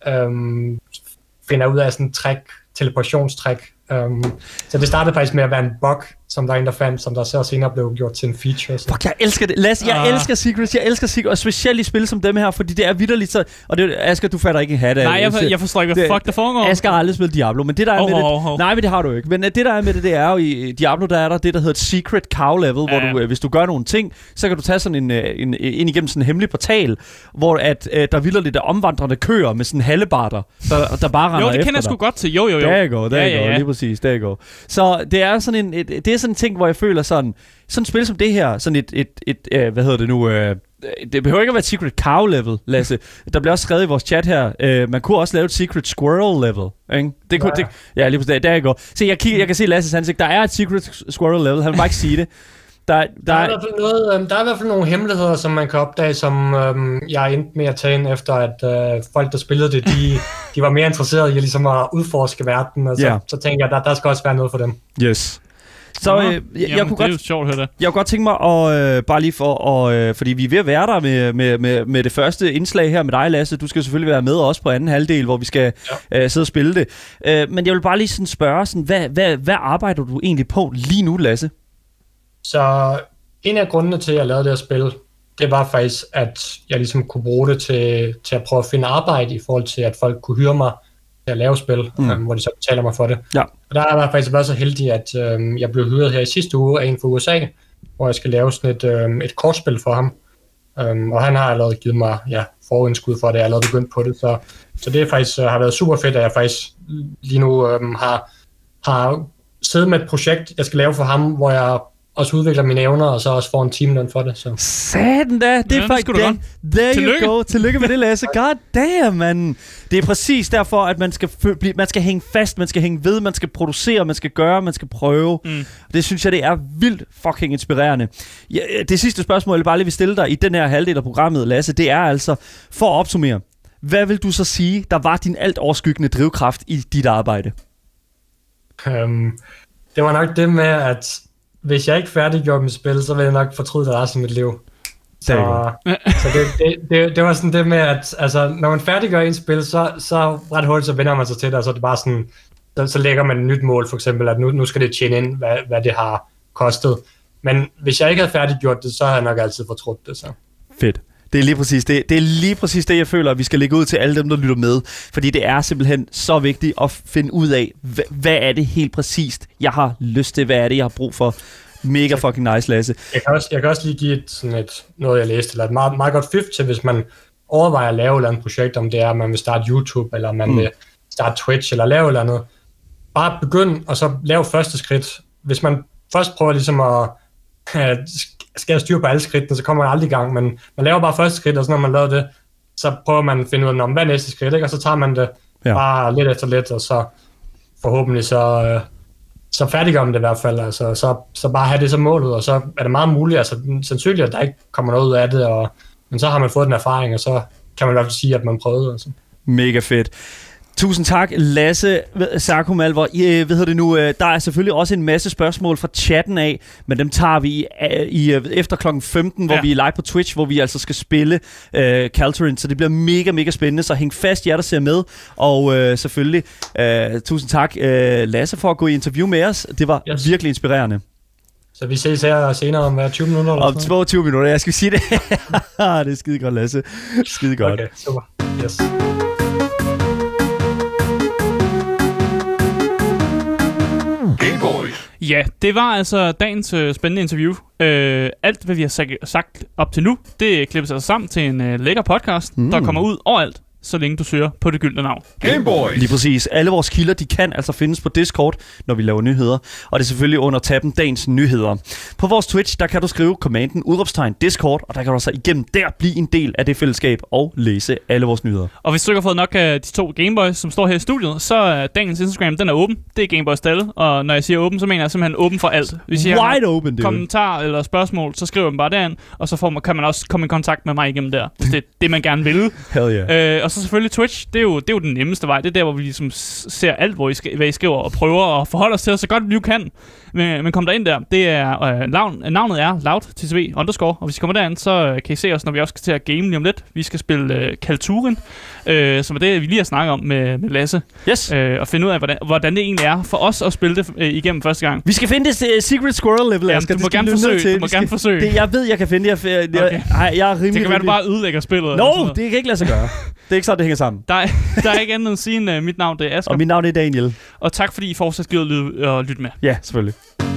um, finder ud af sådan en trick, teleportationstræk. Um, så det startede faktisk med at være en bug, som der er en, der fandt, som der så senere blev gjort til en feature. Så. Fuck, jeg elsker det. Lasse, jeg uh. elsker secrets, jeg elsker secrets, og specielt i spil som dem her, fordi det er vitterligt så... Og det, Asger, du fatter ikke en hat af. Nej, jeg, jeg forstår ikke, hvad fuck der foregår. Asger har aldrig spillet Diablo, men det der er oh, med oh, oh. det... Nej, men det har du ikke. Men det der er med det, det er jo i Diablo, der er der det, der hedder et secret cow level, uh. hvor du, hvis du gør nogle ting, så kan du tage sådan en, en, en ind igennem sådan en hemmelig portal, hvor at, uh, der vitterligt er omvandrende køer med sådan hallebarter, der, der bare render efter dig. Jo, det kender jeg sgu godt til. Jo, jo, jo. Der går, der ja, ja, ja. Lige præcis, der går. Så det er sådan en, et, det er sådan en ting, hvor jeg føler sådan, sådan et spil som det her, sådan et, et, et, et hvad hedder det nu, øh, det behøver ikke at være et secret cow level, Lasse. Der bliver også skrevet i vores chat her, øh, man kunne også lave et secret squirrel level, ikke? Det kunne, ja. Det, ja, lige præcis, der jeg går. Se, jeg, kigger, jeg kan se Lasses ansigt, der er et secret squirrel level, han vil bare ikke sige det. Der, der, der, er i hvert fald noget, øh, der er i hvert fald nogle hemmeligheder, som man kan opdage, som øh, jeg endte med at tage ind efter, at øh, folk, der spillede det, de, de var mere interesserede i ligesom at udforske verden, og så, yeah. så tænkte jeg, der, der skal også være noget for dem. Yes. Så øh, jeg, jeg, Jamen, kunne det er godt, jo sjovt at høre det. Jeg kunne godt tænke mig at, øh, bare lige for, at, øh, fordi vi er ved at være der med, med, med, med det første indslag her med dig, Lasse. Du skal selvfølgelig være med også på anden halvdel, hvor vi skal ja. øh, sidde og spille det. Øh, men jeg vil bare lige sådan spørge, sådan, hvad, hvad, hvad arbejder du egentlig på lige nu, Lasse? Så en af grundene til, at jeg lavede det her spil, det var faktisk, at jeg ligesom kunne bruge det til, til at prøve at finde arbejde i forhold til, at folk kunne hyre mig til at lave spil, mm. um, hvor de så betaler mig for det. Ja. Og der har jeg faktisk været så heldig, at um, jeg blev hyret her i sidste uge af en fra U S A, hvor jeg skal lave sådan et, um, et kortspil for ham. Um, og han har allerede givet mig ja, forindskud for det, jeg har allerede begyndt på det. Så, så det er faktisk, uh, har været super fedt, at jeg faktisk lige nu um, har, har siddet med et projekt, jeg skal lave for ham, hvor jeg også udvikler mine evner, og så også får en timeløn for det. Så. Satan da, det er ja, faktisk det. There Tillykke. You go. Tillykke med det, Lasse. God damn, man. Det er præcis derfor, at man skal, f- man skal hænge fast, man skal hænge ved, man skal producere, man skal gøre, man skal prøve. Mm. Det synes jeg, det er vildt fucking inspirerende. Ja, det sidste spørgsmål, jeg bare lige vil stille dig i den her halvdel af programmet, Lasse, det er altså, for at opsummere, hvad vil du så sige, der var din alt overskyggende drivkraft i dit arbejde? Um, det var nok det med, at hvis jeg ikke færdiggjorde mit spil, så ville jeg nok fortryde det resten af mit liv. Så, så det, det, det, det var sådan det med, at altså, når man færdiggør en spil, så, så ret hurtigt så vender man sig til det, og så er det bare sådan, så, så lægger man et nyt mål, for eksempel, at nu, nu skal det tjene ind, hvad, hvad det har kostet. Men hvis jeg ikke havde færdiggjort det, så havde jeg nok altid fortrudt det. Så. Fedt. Det er lige præcis det. Det er lige præcis det, jeg føler, at vi skal lægge ud til alle dem, der lytter med. Fordi det er simpelthen så vigtigt at finde ud af, hvad, hvad er det helt præcist, jeg har lyst til, hvad er det, jeg har brug for. Mega fucking nice, Lasse. Jeg kan også, jeg kan også lige give et, sådan et, noget, jeg læste, eller et meget, meget godt fif til, hvis man overvejer at lave et eller andet projekt, om det er, at man vil starte YouTube, eller man mm. vil starte Twitch, eller lave et eller andet. Bare begynd, og så lave første skridt. Hvis man først prøver ligesom at skal jeg styre på alle skridtene, så kommer man aldrig i gang, men man laver bare første skridt, og så når man laver det, så prøver man at finde ud af, hvad er næste skridt, ikke? Og så tager man det ja. bare lidt efter lidt, og så forhåbentlig så, øh, så færdiggør man det i hvert fald, altså, så, så bare have det som målet, og så er det meget muligt, altså sandsynligt, at der ikke kommer noget ud af det, og, men så har man fået den erfaring, og så kan man i hvert fald sige, at man prøvede. Altså. Mega fedt. Tusind tak, Lasse Sarkomalver. I, hvad det nu, der er selvfølgelig også en masse spørgsmål fra chatten af, men dem tager vi i, i, efter klokken femten, hvor ja. vi er live på Twitch, hvor vi altså skal spille uh, Calturin, så det bliver mega, mega spændende, så hæng fast, jer der ser med, og uh, selvfølgelig uh, tusind tak, uh, Lasse, for at gå i interview med os. Det var yes. virkelig inspirerende. Så vi ses her senere om hver tyve minutter? Eller om toogtyve minutter, jeg skal sige det. Det er skide godt, Lasse. Skide godt. Okay, super. Yes. Ja, det var altså dagens øh, spændende interview. Øh, alt, hvad vi har sag- sagt op til nu, det klippes altså sammen til en øh, lækker podcast, mm. der kommer ud overalt, så længe du søger på det gyldne navn. Gameboy! Lige præcis. Alle vores kilder, de kan altså findes på Discord, når vi laver nyheder. Og det er selvfølgelig under tabben Dagens Nyheder. På vores Twitch, der kan du skrive kommanden udråbstegn Discord, og der kan du så igennem der blive en del af det fællesskab og læse alle vores nyheder. Og hvis du ikke har fået nok af de to Gameboys, som står her i studiet, så er dagens Instagram, den er åben. Det er Gameboys Dalle, og når jeg siger åben, så mener jeg simpelthen åben for alt. Hvis I Wide open, dude. Kommentar eller spørgsmål, så skriver man bare derind, og så får man, kan man også komme i kontakt med mig igennem der, hvis det er det, man gerne vil. Hell yeah. Øh, og så selvfølgelig Twitch, det er, jo, det er jo den nemmeste vej. Det er der, hvor vi ligesom ser alt, hvor I sk- hvad I skriver, og prøver at forholde os til os så godt, vi jo kan. Men, men kom der ind der. Det er, øh, navn, navnet er loudtcv underscore, og hvis I kommer derind, så øh, kan I se os, når vi også skal til at game lige om lidt. Vi skal spille øh, Kalturin, øh, som er det, vi lige har snakket om med, med Lasse. Yes. Øh, og finde ud af, hvordan, hvordan det egentlig er for os at spille det øh, igennem første gang. Vi skal finde det uh, Secret Squirrel level. Jamen, du må gerne forsøge. Til. Du må skal, gerne forsøge. Det, jeg ved, jeg kan finde det. Jeg, jeg, okay. jeg, jeg er rimelig, det kan være, rimelig... du bare ødelægger spillet. No, det kan ikke lade sig gøre. Det er ikke sådan, det hænger sammen. Der er, der er ikke andet end at sige, end uh, mit navn det er Asger. Og mit navn er Daniel. Og tak, fordi I fortsat gider lytte, og lytte med. Ja, selvfølgelig.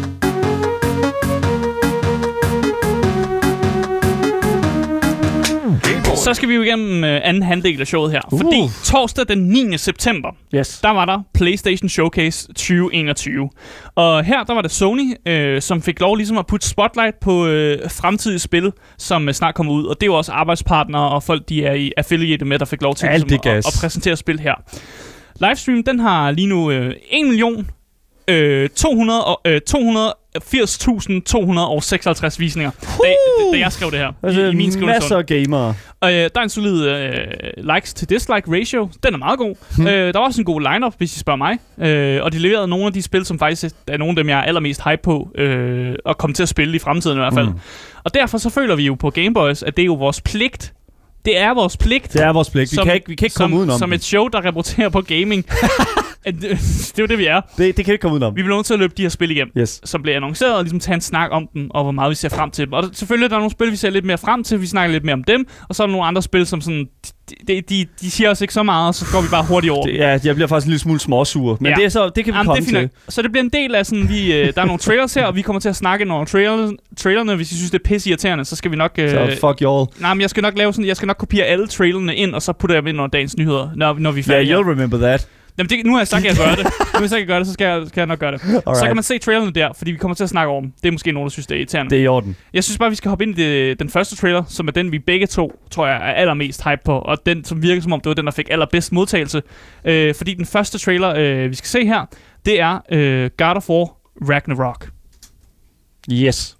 Så skal vi jo igennem øh, anden halvdel af showet her. Uh. Fordi torsdag den niende september, yes. der var der PlayStation Showcase tyve enogtyve. Og her der var det Sony, øh, som fik lov ligesom at putte spotlight på øh, fremtidige spil, som øh, snart kommer ud. Og det er jo også arbejdspartnere og folk, de er i affiliated med, der fik lov til ligesom, at, at præsentere spil her. Livestream, den har lige nu øh, en million to hundrede og firs tusind to hundrede og seksoghalvtreds visninger, uh! da, da jeg skrev det her. Altså, i, i min masser af gamere. Og øh, der er en solid øh, likes til dislike ratio. Den er meget god. Hmm. Øh, der var også en god lineup, hvis I spørger mig. Øh, og de leverede nogle af de spil, som faktisk er nogle af dem, jeg er allermest hype på øh, at komme til at spille i fremtiden i hvert fald. Hmm. Og derfor så føler vi jo på Gameboys, at det er jo vores pligt. Det er vores pligt. Det er vores pligt. Vi som, kan ikke, vi kan ikke som, komme udenom. Som et show, der rapporterer på gaming. Det er jo det, vi er. Det, det kan ikke komme udenom. Vi bliver nødt til at løbe de her spil igennem, yes. som bliver annonceret, og ligesom tage en snak om dem, og hvor meget vi ser frem til dem. Og der, selvfølgelig der er nogle spil, vi ser lidt mere frem til, vi snakker lidt mere om dem, og så er der nogle andre spil, som sådan, de, de, de siger os ikke så meget, og så går vi bare hurtigt over. Det, ja, jeg bliver faktisk en lille smule småsur, men ja. det, er så, det kan vi Jamen, komme til. Så det bliver en del af sådan, vi, øh, der er nogle trailers her, og vi kommer til at snakke nogle trailers, trailerne, hvis I synes, det er pisse irriterende, så skal vi nok... Øh, så fuck y'all. Nej, men jeg skal nok lave sådan, jeg skal nok kopiere alle trailerne ind, og så putter jeg dem ind under dagens nyheder, når, når vi er færdige. Yeah, you'll remember that. Jamen det, nu har jeg sagt, at jeg gør det. Nu har jeg sagt, at jeg gør det, så skal jeg, skal jeg nok gøre det. Alright. Så kan man se trailerne der, fordi vi kommer til at snakke om dem. Det er måske nogen, der synes, det er irriterende. Det er i orden. Jeg synes bare, vi skal hoppe ind i det, den første trailer, som er den, vi begge to, tror jeg, er allermest hype på. Og den, som virker som om, det var den, der fik allerbedst modtagelse. Øh, fordi den første trailer, øh, vi skal se her, det er øh, God of War Ragnarok. Yes.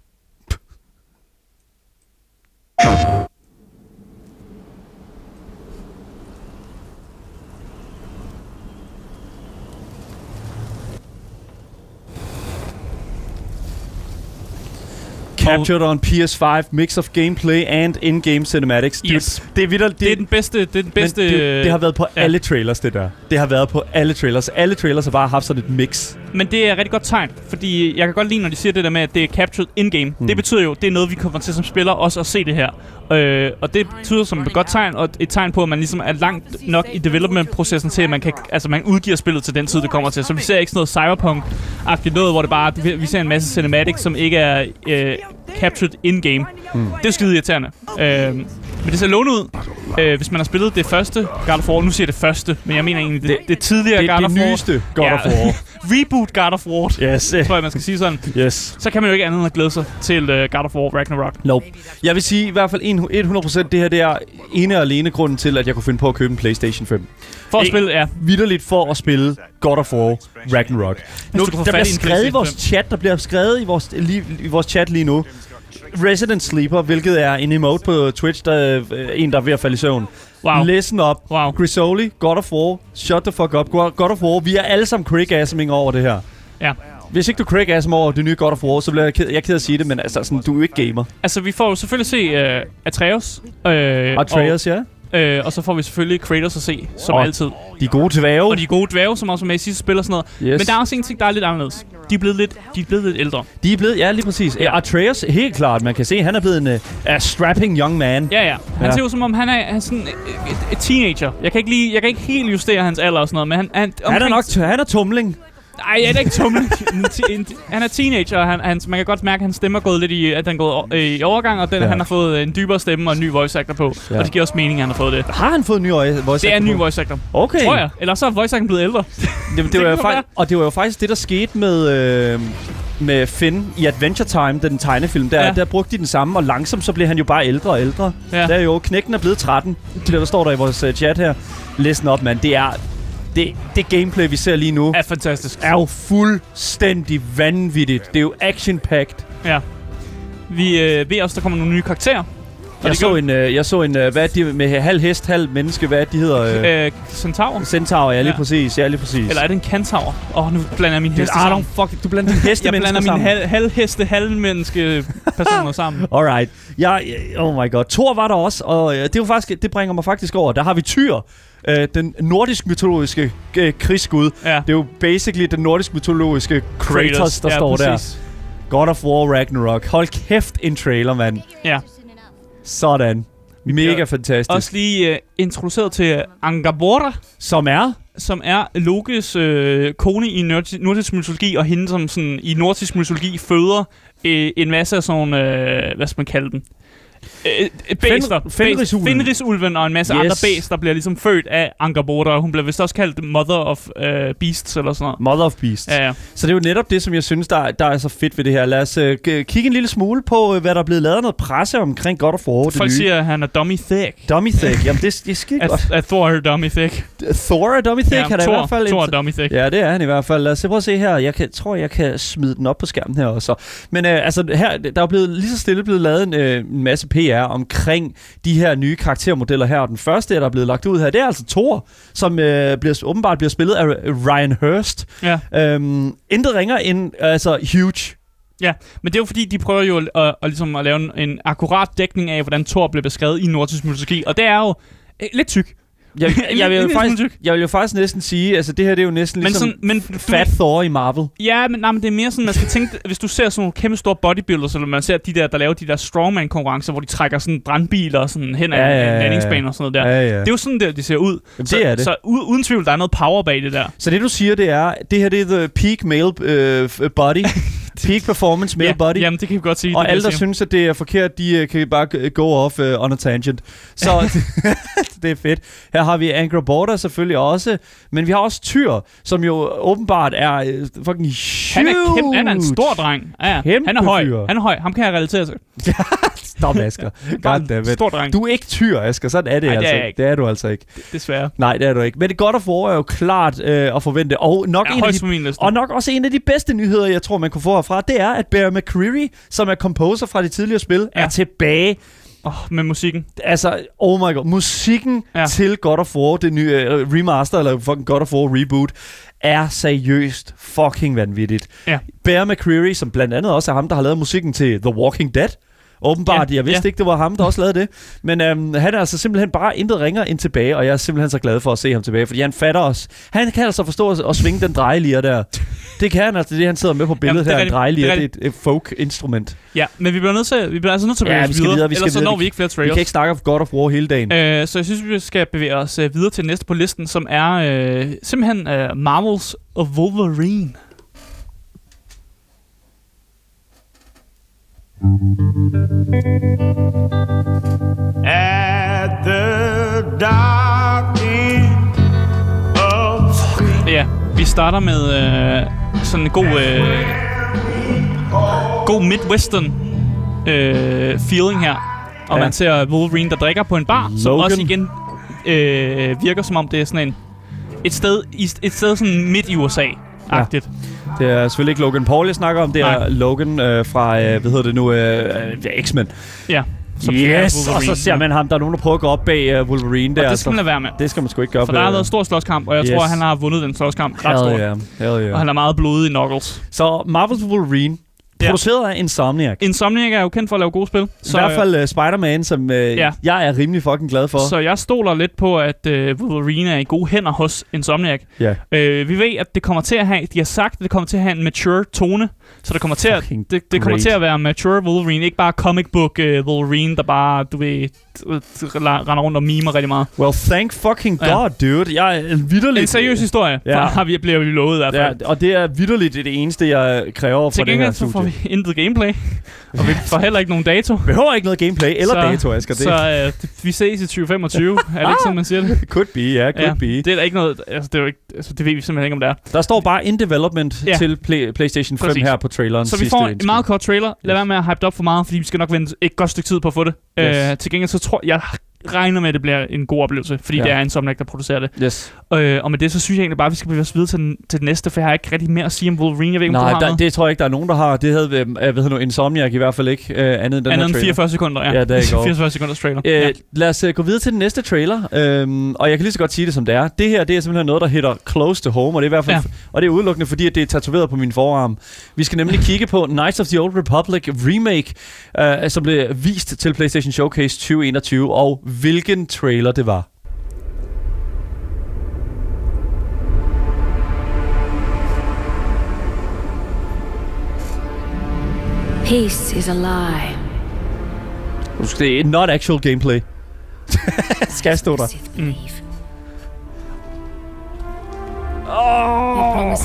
Captured on P S fem, mix of gameplay and in-game cinematics. Dude, yes. det, er videre, det, det er den bedste. Det, er den bedste det, det har været på ja. alle trailers, det der. Det har været på alle trailers. Alle trailers har bare haft sådan et mix. Men det er et rigtig godt tegn, fordi jeg kan godt lide, når de siger det der med, at det er captured in-game. Hmm. Det betyder jo, det er noget, vi kommer til som spiller også at se det her. Øh, og det betyder som et godt tegn, og et tegn på, at man ligesom er langt nok i development-processen til, at man, kan, altså man udgiver spillet til den tid, det kommer til. Så vi ser ikke sådan noget cyberpunk-agtigt noget, hvor det bare, vi ser en masse cinematics, som ikke er øh, captured in-game. Hmm. Det er skide irriterende. Øh, men det ser lovende ud. Øh, hvis man har spillet det første God of War, nu siger jeg det første, men jeg mener egentlig det, det, det tidligere det, God det of War. Det nyeste God ja, of War. Reboot God of War. Yes. Tror jeg, man skal sige sådan. Yes. Så kan man jo ikke andet end at glæde sig til uh, God of War Ragnarok. Nope. Jeg vil sige i hvert fald hundrede procent det her, det er ene og alene grunden til, at jeg kunne finde på at købe en PlayStation fem. For at spille, ja. Vitterligt for at spille God of War Ragnarok. Nu, der bliver skrevet i vores chat, der bliver skrevet i vores, li, i vores chat lige nu. Resident Sleeper, hvilket er en emote på Twitch, der er en, der er ved at falde i søvn. Wow. Listen up. Wow. Grisoli, God of War, shut the fuck up. God of War, vi er alle sammen Craig-assoming over det her. Ja. Hvis ikke du Craig-assoming over det nye God of War, så bliver jeg ked, jeg er ked at sige det, men altså, sådan, du er jo ikke gamer. Altså, vi får jo selvfølgelig se uh, Atreus. Uh, Atreus, ja. Øh, og så får vi selvfølgelig Kratos at se, som og altid. De gode dværge. Og de gode dværge, som også er med i sidste spil og sådan noget. Yes. Men der er også en ting, der er lidt anderledes. De er blevet lidt, de er blevet lidt ældre. De er blevet, ja, lige præcis. Ja. Atreus, helt klart. Man kan se, han er blevet en uh, strapping young man. Ja, ja. Han ja. ser ud som om, han er, han er sådan et, et teenager. Jeg kan, ikke lige, jeg kan ikke helt justere hans alder og sådan noget, men han... Han, han er nok, han er tumling. Nej, jeg er ikke tumling. Han er teenager, og han, han, man kan godt mærke, at hans stemme er gået lidt i, at den er gået i overgang, og den, ja. han har fået en dybere stemme og en ny voice actor på. Ja. Og det giver også mening, at han har fået det. Har han fået en ny voice actor? Det er en ny voice actor. Okay. Tror jeg. Eller så er voice actor blevet ældre. det, det, det var jo faktisk, og det var jo faktisk det, der skete med... Øh, med Finn i Adventure Time, den tegnefilm, der, ja. der brugte de den samme, og langsomt så blev han jo bare ældre og ældre. Ja. Der er jo, knækken er blevet tretten. Det der står der i vores uh, chat her. Listen op, mand. Det er... Det, det gameplay, vi ser lige nu, er fantastisk. Er jo fuldstændig vanvittigt. Det er jo action-packed. Ja. Vi øh, ved også, der kommer nogle nye karakterer. Jeg så, en, øh, jeg så en, øh, hvad er de med halv hest, halv menneske, hvad er de hedder? Øh, øh, Centaur. Centaur, ja, lige ja. præcis, ja, lige præcis. Eller er det en Kantaur? Åh, oh, nu blander jeg min heste sammen. Fuck, du blander din heste Jeg blander mine halv, halvheste, halvmenneske personer sammen. Alright. Ja, oh my god. Thor var der også, og øh, det, var faktisk, det bringer mig faktisk over. Der har vi Tyr. Øh, den nordisk mytologiske øh, krigsgud. Ja. Det er jo basically den nordisk mytologiske Kratos, Kratos der ja, står præcis. Der. God of War Ragnarok. Hold kæft, en trailer, mand. Ja. Sådan. Mega ja. Fantastisk. Også lige uh, introduceret til Angrboda. Som er? Som er Lokes øh, kone i nordisk mytologi, og hende som sådan, i nordisk mytologi føder øh, en masse af sådan, øh, hvad skal man kalde dem? Øh, bæster. Fenrisulven. Fenrisulven og en masse yes. andre bæster bliver ligesom født af Angrboda, og hun bliver vist også kaldt Mother of uh, Beasts eller sådan noget. Mother of Beasts. Ja, ja. Så det er jo netop det, som jeg synes, der, der er så fedt ved det her. Lad os uh, kigge en lille smule på, uh, hvad der er blevet lavet noget presse omkring God of War. Folk siger, at han er dummy thick. Dummy thick. Jamen, det, det er skide godt. At Thor er dummy thick. Thor er dummy thick? Ja, han er Thor, i hvert fald... Thor er dummy thick. Ja, det er han i hvert fald. Lad os prøve at se her. Jeg kan, tror, jeg kan smide den op på skærmen her også. Men uh, altså, her, der er blevet lige så stille blevet lavet en, uh, en masse P R omkring de her nye karaktermodeller her. Og den første, der er blevet lagt ud her, det er altså Thor, som øh, bliver, åbenbart bliver spillet af Ryan Hurst. Ja. Øhm, intet ringer end altså huge. Ja, men det er jo fordi, de prøver jo at, at, at, ligesom at lave en, en akkurat dækning af, hvordan Thor blev beskrevet i nordisk mytologi, og det er jo øh, lidt tyk. Jeg, jeg, jeg, vil jo faktisk, jeg vil jo faktisk næsten sige, altså det her det er jo næsten men ligesom sådan, men Fat du, Thor i Marvel. Ja, men, nej, men det er mere sådan, man skal tænke, hvis du ser sådan nogle kæmpe store bodybuilders, eller man ser de der, der laver de der strongman-konkurrencer, hvor de trækker sådan brandbiler sådan hen ad ja, ja, ja, en landingsbane og sådan noget der. Ja, ja. Det er jo sådan der, de ser ud. Jamen, så, det er det. Så uden tvivl, der er noget power bag det der. Så det du siger, det er, det her det er the peak male uh, body. Peak performance male ja, body. Jamen, det kan vi godt sige. Og alle, der synes, at det er forkert, de uh, kan bare go off uh, on a tangent. Så det er fedt. Her har vi Angrboda selvfølgelig også, men vi har også Tyr, som jo åbenbart er uh, fucking huge. Han er, kæmpe, han er en stor dreng. Ja, han er høj. Han er høj. Ham kan jeg relatere til. Stop, Asger. Goddammit. Stor dreng. Du er ikke Tyr, Asger. Sådan er det, Ej, altså. Det er, det er du altså ikke. Desværre. Nej, det er du ikke. Men God of War er jo klart øh, at forvente. Og nok, ja, en af de, og nok også en af de bedste nyheder, jeg tror, man kunne få herfra, det er, at Bear McCreary, som er composer fra de tidligere spil, ja. er tilbage. Oh, med musikken. Altså, oh my god. Musikken ja. til God of War, det nye uh, remaster, eller fucking God of War reboot, er seriøst fucking vanvittigt. Ja. Bear McCreary, som blandt andet også er ham, der har lavet musikken til The Walking Dead. Åbenbart, ja, jeg vidste ja. ikke, det var ham, der også lavede det. Men øhm, han er altså simpelthen bare intet ringer ind tilbage, og jeg er simpelthen så glad for at se ham tilbage, fordi han fatter os. Han kan altså forstå at, at svinge den drejelier der. Det kan han altså, det han sidder med på billedet her, en drejelier, det er et, et folk-instrument. Ja, men vi bliver nødt til, vi bliver altså nødt til at bevæge ja, os videre, videre, vi skal ellers videre. så når vi ikke flere trailers. Vi kan ikke snakke om God of War hele dagen. Øh, så jeg synes, vi skal bevæge os uh, videre til næste på listen, som er øh, simpelthen uh, Marvels of Wolverine. At the dark end of ja, vi starter med øh, sådan en god øh, god midwestern øh, feeling her. Og ja. man ser Wolverine, der drikker på en bar, Logan. Som også igen øh, virker som om det er sådan en et sted et sted sådan midt i U S A-agtigt. Ja. Det er selvfølgelig ikke Logan Paul, jeg snakker om. Det er Nej. Logan øh, fra, øh, hvad hedder det nu, øh, X-Men. Ja. Yes, og så ser man ham. Der er nogen, der prøver at gå op bag uh, Wolverine. Og der, det skal man lade være med. Det skal man sgu ikke gøre. For der har været en stor slåskamp, og jeg yes. tror, han har vundet den slåskamp ret stort. Yeah. Hell yeah. Og han er meget blodig i Knuckles. Så Marvel's Wolverine, Produceret af Insomniac. Insomniac er jo kendt for at lave gode spil. Så, I hvert fald uh, Spider-Man, som uh, ja. jeg er rimelig fucking glad for. Så jeg stoler lidt på, at uh, Wolverine er i gode hænder hos Insomniac. Ja. Uh, vi ved, at det kommer til at have, de har sagt, at det kommer til at have en mature tone. Så det kommer til at, det, det kommer til at være mature Wolverine, ikke bare comic book uh, Wolverine, der bare, du ved, render rundt og mimer rigtig meget. Well, thank fucking God, ja. dude. Jeg er vitterligt... En seriøs historie, ja. har vi blevet lovet i hvert fald. Ja, og det er vitterligt det eneste, jeg kræver for det her studie. Til gengæld så får vi intet gameplay, og vi får heller ikke nogen dato. Vi behøver ikke noget gameplay eller så, dato, Asger. Det. Så uh, vi ses i tyve femogtyve, er det ikke sådan, man siger det? Could be, ja, yeah, could ja, be. Det er der ikke noget, altså det, er jo ikke, altså det ved vi simpelthen ikke, om det er. Der står bare in development ja. til play, PlayStation fem Præcis. her på traileren. Så vi får en meget kort trailer. Lad yes. være med at hype det op for meget, fordi vi skal nok vente et godt stykke tid på at få det. Yes. Uh, til gengæld så tror jeg, regner med, at det bliver en god oplevelse, fordi ja. det er Insomniac, der producerer det. Yes. Øh, og med det, så synes jeg egentlig bare, at vi skal bevæge os videre til den, til den næste, for jeg har ikke rigtig mere at sige om Wolverine. Jeg ved ikke, Nej, om du har der, det tror jeg ikke, der er nogen, der har. Det havde øh, ved nu, Insomniac i hvert fald ikke øh, andet end den andet her end fireogfyrre sekunder, ja. Ja, det er fireogfyrre sekunders trailer. Øh, ja. Lad os uh, gå videre til den næste trailer, øhm, og jeg kan lige så godt sige det, som det er. Det her, det er simpelthen noget, der hedder Close to Home, og det er i hvert fald, ja. og det er udelukkende, fordi at det er tatoveret på min forarm. Vi skal nemlig kigge på Knights of the Old Republic Remake, øh, som blev vist til PlayStation Showcase tyve enogtyve, og hvilken trailer det var. Peace is a lie. Det er not actual gameplay. Skal stå der. Mm. Oh.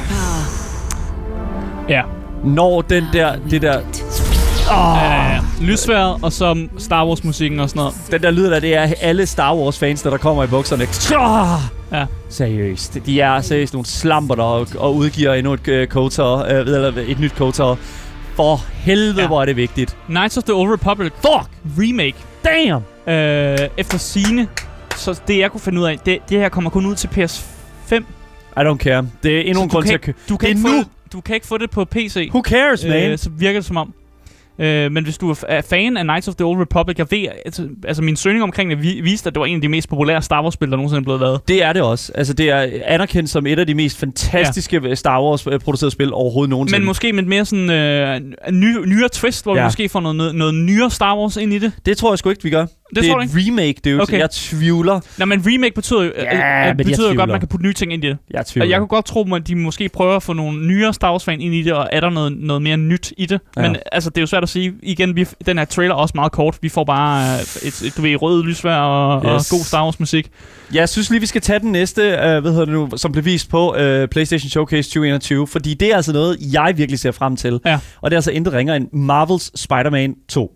Ja. Når den der, det der... Oh. Ja, ja. Lysværet, og så Star Wars musikken og sådan noget. Den der lyd der, det er alle Star Wars fans, der, der kommer i bukserne. Ja. Seriøst. De er seriøst nogle slamper, der og, og udgiver endnu et uh, Kotor, uh, eller et nyt Kotor. For helvede, ja. hvor er det vigtigt. Knights of the Old Republic. Fuck! Remake. Damn! Øh, efter sigende, så det jeg kunne finde ud af, det, det her kommer kun ud til P S fem. I don't care. Det er endnu en grund til at købe. Du kan, ikke få det, du kan ikke få det på P C. Who cares, man? Øh, så virker det som om. Øh, men hvis du er fan af Knights of the Old Republic, jeg ved, altså, altså min søgning omkring det viste, at det var en af de mest populære Star Wars-spil, der nogensinde er blevet lavet. Det er det også. Altså, det er anerkendt som et af de mest fantastiske ja. Star Wars-producerede spil overhovedet nogensinde. Men måske med mere sådan øh, ny, nyere twist, hvor ja. vi måske får noget, noget, noget nyere Star Wars ind i det. Det tror jeg sgu ikke, vi gør. Det, det er et ikke? remake, det er jo okay. Jeg tvivler. Nej, men remake betyder jo, ja, øh, betyder jo godt, at man kan putte nye ting ind i det. Jeg tvivler. Og jeg kunne godt tro, at de måske prøver at få nogle nyere Star Wars-fan ind i det, og er der noget, noget mere nyt i det. Ja. Men altså, det er jo svært at sige. Igen, vi, den her trailer er også meget kort. Vi får bare et, et, du ved, rød lysvær og, yes. og god Star Wars-musik. Jeg synes lige, vi skal tage den næste, øh, hvad hedder det nu, som blev vist på øh, PlayStation Showcase tyve enogtyve, fordi det er altså noget, jeg virkelig ser frem til. Ja. Og det er altså intet ringere end Marvels Spider-Man to.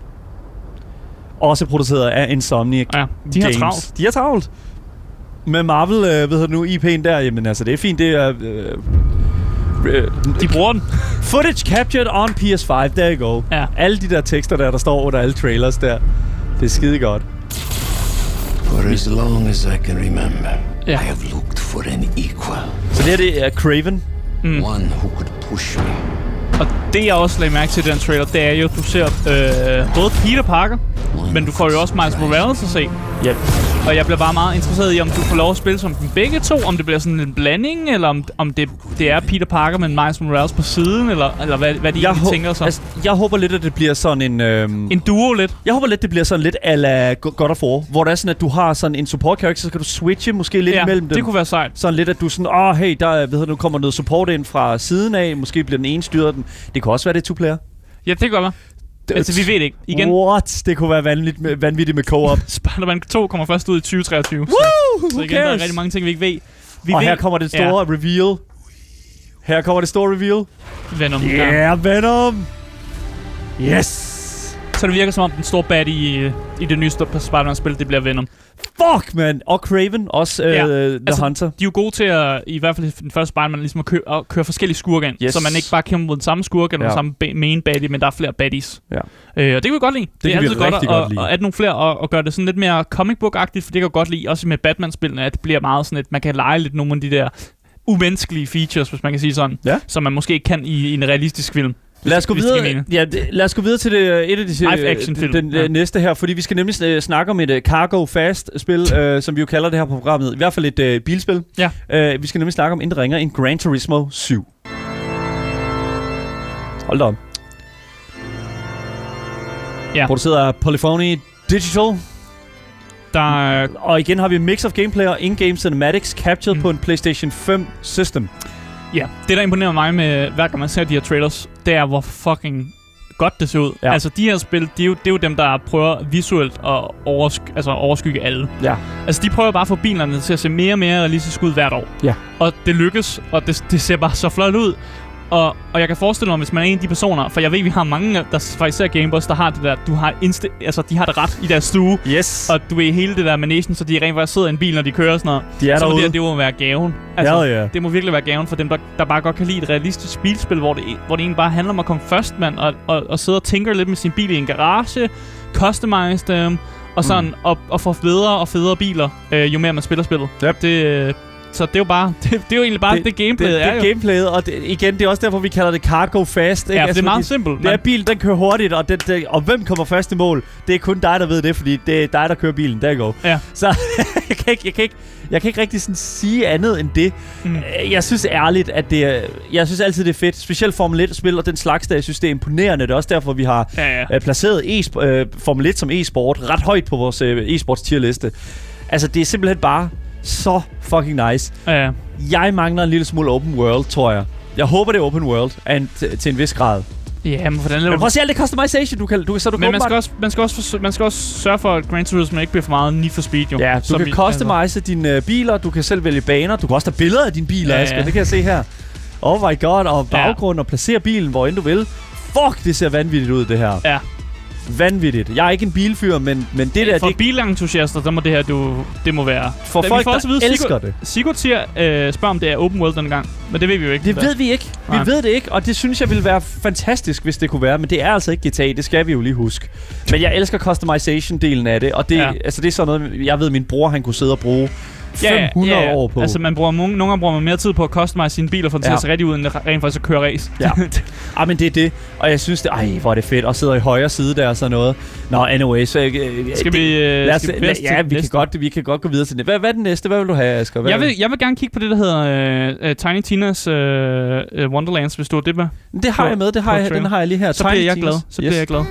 Også produceret af Insomniac ja, de Games. har travlt. De har travlt. Med Marvel, øh, hvad hedder det nu, I P'en der, jamen altså, det er fint, det er... Øh, øh, de bruger den. Footage captured on P S fem, there you go. Ja. Alle de der tekster der, der står under alle trailers der, det er skide godt. For as long as I can remember, ja. I have looked for an equal. Så det her, det er Kraven. Mm. One who could push me. Og det jeg også lagde mærke til i den trailer, det er jo, at du ser øh, både Peter Parker, men du får jo også Miles Morales at se. Yep. Og jeg bliver bare meget interesseret i, om du får lov at spille som dem begge to, om det bliver sådan en blanding, eller om, om det, det er Peter Parker med Miles Morales på siden, eller, eller hvad, hvad de jeg egentlig tænker så. Altså, jeg håber lidt, at det bliver sådan en... Øhm, en duo lidt. Jeg håber lidt, det bliver sådan lidt a la God of War, hvor det er sådan, at du har sådan en support character, så kan du switche måske lidt ja, imellem dem. det kunne være sejt. Sådan lidt, at du sådan, åh, oh, hey, der ved du, nu kommer noget support ind fra siden af, måske bliver den ene styret den. Det kunne også være det to-player. Ja, det kan godt være. Altså, vi ved det ikke. Igen. What? Det kunne være vanvittigt, vanvittigt med co-op. Spider-Man to kommer først ud i tyve treogtyve. Woo! Så, så igen, der er rigtig mange ting, vi ikke ved. Vi og ved, her kommer det store ja. reveal. Her kommer det store reveal. Venom. Yeah, ja. Venom! Yes! Så det virker som om den store bad i, i det nye Spider-Man-spil, det bliver Venom. Fuck, man! Og Kraven, også uh, ja. The altså, Hunter. De er jo gode til at, i hvert fald den første Spider-Man, ligesom at køre, at køre forskellige skurke ind. Yes. Så man ikke bare kæmper mod den samme skurk eller ja. den samme ba- main baddie, men der er flere baddies. Ja. Øh, og det kan vi godt lide. Det, det er altid godt at, godt at, at nogle flere og, og gøre det sådan lidt mere comic book-agtigt, for det kan jeg godt lide, også med Batman-spillene, at det bliver meget sådan, at man kan lege lidt nogle af de der umenneskelige features, hvis man kan sige sådan, ja. som man måske ikke kan i, i en realistisk film. Lad os gå videre. Ja, det, lad os gå videre til det, et af de live action film. Den ja. næste her, fordi vi skal nemlig snakke om et uh, Cargo Fast spil, uh, som vi jo kalder det her på programmet. I hvert fald et uh, bilspil. Ja. Uh, vi skal nemlig snakke om intet ringer end Gran Turismo syv. Hold da op. Ja. Produceret af Polyphony Digital. Der, Og igen har vi en mix of gameplay og in-game cinematics captured Mm. på en PlayStation fem system. ja, det der imponerer mig med, hver gang man ser de her trailers, det er, hvor fucking godt det ser ud. Ja. Altså, de her spil, det er, jo, det er jo dem, der prøver visuelt at oversk- altså, overskygge alle. Ja. Altså, de prøver bare at få bilerne til at se mere og mere realistisk ud hvert år. Ja. Og det lykkes, og det, det ser bare så flot ud. Og, og jeg kan forestille mig, hvis man er en af de personer, for jeg ved, vi har mange, der faktisk ser Gameboys, der har det der, du har insta- altså, de har det ret i deres stue. Yes. Og du er hele det der managen, så de rent faktisk sidder i en bil, når de kører og sådan noget. De er så må derude. det, det må være gaven. Altså, Hell yeah. det må virkelig være gaven for dem, der, der bare godt kan lide et realistisk bilspil, hvor det, hvor det egentlig bare handler om at komme først, mand, og, og, og sidde og tænke lidt med sin bil i en garage, customize dem, og sådan, mm. og, og få federe og federe biler, øh, jo mere man spiller spillet. Yep. Det, så det er jo bare, det, det er jo egentlig bare det, det gameplayet det, er det jo. gameplayet, og det, igen, det er også derfor, vi kalder det cargo fast. Ikke? Ja, for det er meget fordi simpelt. Det er bilen, den kører hurtigt, og, det, det, og hvem kommer først i mål? Det er kun dig, der ved det, fordi det er dig, der kører bilen. Der go. Ja. Så jeg, kan ikke, jeg, kan ikke, jeg kan ikke rigtig sådan sige andet end det. Mm. Jeg synes ærligt, at det er, jeg synes altid, det er fedt. Specielt Formel et-spil og den slags, der jeg synes, det er imponerende. Det er også derfor, vi har Ja, ja. øh, placeret e- øh, Formel et som e-sport ret højt på vores øh, e-sports tierliste. Altså, det er simpelthen bare så fucking nice. Ja, ja. Jeg mangler en lille smule open world, tror jeg. Jeg håber, det er open world and, t- til en vis grad. Ja, men hvordan laver Men du prøv at se alt det customization, du kan, du, så du Men kan man skal, åbenbart- også, man, skal også forsø- man skal også sørge for, at Gran Turismo ikke bliver for meget Need for Speed, jo. Ja, du Som kan i- customize altså. dine uh, biler, du kan selv vælge baner, du kan også tage billeder af dine biler, Ja, Asger, ja. det kan jeg se her. Oh my god, og Ja. baggrund, og placere bilen, hvor end du vil. Fuck, det ser vanvittigt ud, det her. Ja. Vanvittigt. Jeg er ikke en bilfyr, men, men det der, For det, bilentusiaster, der må det her, du, det må være. for Da- vi folk, får også at der vide, elsker Sigurd- det. Sigurd siger, øh, spørger om det er open world den gang, men det ved vi jo ikke. Det ved vi ikke. Vi Nej. ved det ikke, og det synes jeg ville være fantastisk, hvis det kunne være. Men det er altså ikke G T A, det skal vi jo lige huske. Men jeg elsker customization-delen af det, og det, Ja. ja. altså, det er sådan noget, jeg ved, min bror han kunne sidde og bruge fem hundrede ja, ja. år på. Altså, man bruger, nogle gange bruger man mere tid på at customize sine biler, for den til Ja. at se rigtig ud, end rent faktisk at køre race. Ja. Ah, men det er det. Og jeg synes, det, ej, hvor er det fedt. Og sidder i højre side der og sådan noget. Nå, anyway, så... Øh, Skal det, vi, øh, lad os, skal vi lad, bedst ja, til vi den kan, næste? godt, vi kan godt gå videre til det. Hvad, hvad er den næste? Hvad vil du have, Asger? Hvad Jeg vil, jeg vil gerne kigge på det, der hedder øh, uh, Tiny Tina's uh, uh, Wonderlands, hvis du har det med. Det har på- jeg med. Det har på jeg, trailer. den har jeg lige her. Så Tiny bliver jeg Tinas. glad. Så Yes. bliver jeg glad.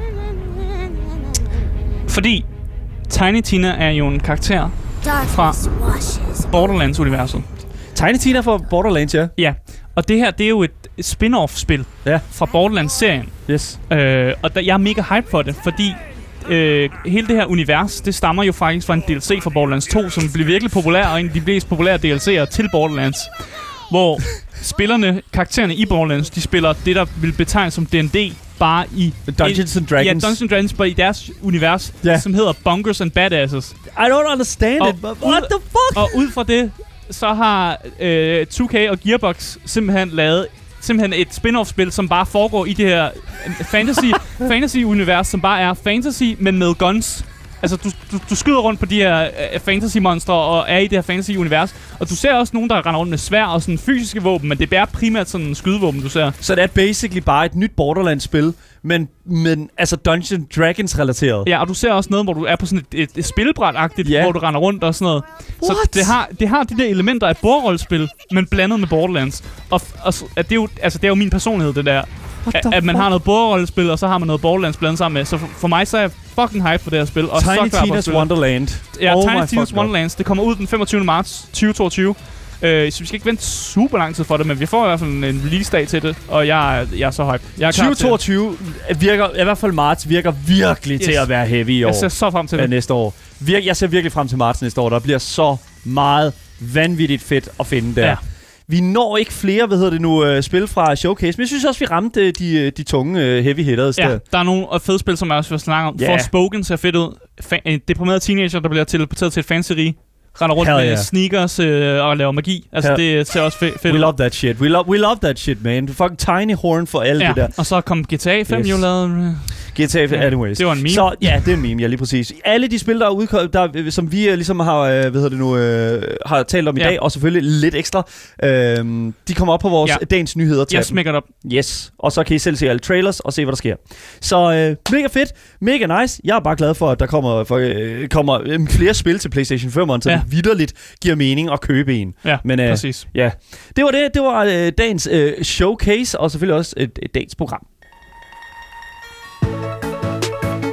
Fordi Tiny Tina er jo en karakter fra Borderlands-universet. Tiny Tina fra Borderlands, ja. Ja, og det her, det er jo et spin-off-spil Ja. fra Borderlands-serien. Yes. Øh, og der, jeg er mega hype for det, fordi øh, hele det her univers, det stammer jo faktisk fra en D L C fra Borderlands to, som blev virkelig populær, og en af de mest populære D L C'er til Borderlands. Hvor spillerne, karaktererne i Borderlands, de spiller det, der vil betegnes som D and D, bare i... Dungeons and Dragons. Ja, Dungeons and Dragons, bare i deres univers, Ja. som hedder Bunkers and Badasses. I don't understand Og it, but what the fuck? Og ud fra det, så har øh, to K og Gearbox simpelthen lavet simpelthen et spin-off-spil, som bare foregår i det her fantasy, fantasy-univers, som bare er fantasy, men med guns. Altså, du, du, du skyder rundt på de her uh, fantasy-monstre og er i det her fantasy-univers. Og du ser også nogen, der render rundt med sværd og sådan fysiske våben, men det er primært sådan en skydevåben, du ser. Så det er basically bare et nyt Borderlands-spil, men, men altså Dungeons Dragons-relateret. Ja, og du ser også noget, hvor du er på sådan et, et, et spilbræt-agtigt, Ja. hvor du render rundt og sådan noget. Så What? det har, det har de der elementer af bordrollespil, men blandet med Borderlands. Og, og s- at det, er jo, altså, det er jo min personlighed, det der. What At, the at man fuck? har noget bordrollespil, og så har man noget Borderlands blandet sammen med. Så for, for mig, så er jeg fucking hype for det her spil. Og så Tiny klar på at Tina's spille. Wonderland. Ja, Oh Tiny my Tina's fuck God. Wonderlands. Det kommer ud den femogtyvende marts tyve toogtyve. Øh, så vi skal ikke vente super lang tid for det, men vi får i hvert fald en release-dag til det, og jeg, er- jeg er så hype. Jeg er klar tyve til det. toogtyve virker, i hvert fald marts, virker virkelig Yes. til at være heavy i år. Jeg ser så frem til Ja, det. næste år. Vir- jeg ser virkelig frem til marts næste år. Der bliver så meget vanvittigt fedt at finde der. Ja. Vi når ikke flere, hvad hedder det nu, uh, spil fra Showcase, men jeg synes også, vi ramte de, de tunge uh, heavy hitters Ja, der. der er nogle øh, fede spil, som jeg også vil snakke om. Ja. Yeah. Forspoken ser fedt ud. Fa- en deprimeret teenager, der bliver teleporteret til et fancy-rige. Render rundt Hell med yeah. sneakers øh, og laver magi. Altså, Hell- det ser også fe- fedt We ud. love that shit. We love, we love that shit, man. Fucking Tiny Horn for alt Ja, det der. og så kom G T A fem Yes. jo lavet. G T A, Ja, anyways. det var en meme. Så, ja, det er en meme, ja, lige præcis. Alle de spil, der er udkommet, der, som vi uh, ligesom har, uh, hvad hedder det nu, uh, har talt om i Ja. dag, og selvfølgelig lidt ekstra, uh, de kommer op på vores Ja. dagens nyheder til Jeg smækker det op. Yes, og så kan I selv se alle trailers og se, hvad der sker. Så øh, mega fedt, mega nice. Jeg er bare glad for, at der kommer, for, øh, kommer øh, flere spil til PlayStation fem, så Ja. det vitterligt giver mening at købe en. Ja, Men, øh, præcis. Ja, det var det. Det var øh, dagens øh, showcase, og selvfølgelig også et, et dagens program.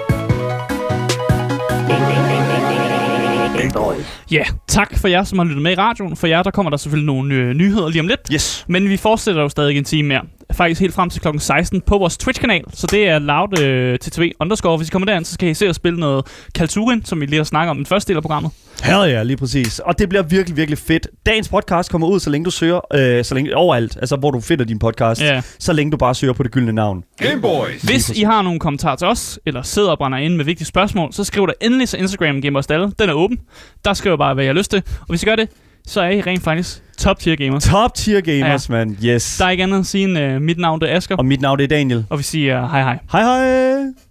Ja, yeah, tak for jer, som har lyttet med i radioen. For jer, der kommer der selvfølgelig nogle øh, nyheder lige om lidt. Yes. Men vi fortsætter jo stadig en time mere. Faktisk helt frem til klokken seksten på vores Twitch-kanal. Så det er loud øh, T T V underscore. Hvis I kommer derind, så skal I se at spille noget Kalturin, som vi lige har snakket om den første del af programmet. Hell ja, lige præcis. Og det bliver virkelig, virkelig fedt. Dagens podcast kommer ud, så længe du søger, øh, så længe, overalt, altså hvor du finder din podcast, Ja. så længe du bare søger på det gyldne navn. Gameboys. Hvis I har nogle kommentarer til os, eller sidder og brænder ind med vigtige spørgsmål, så skriv der endelig til Instagram Gamers Dalle. Den er åben. Der skriver bare, hvad I har lyst til. Og hvis I gør det, så er I rent faktisk top tier gamers. Top tier gamers, ja. Man. Yes. Der er ikke andet at sige end, uh, mit navn er Asger. Og mit navn er Daniel. Og vi siger hej hej. Hej hej.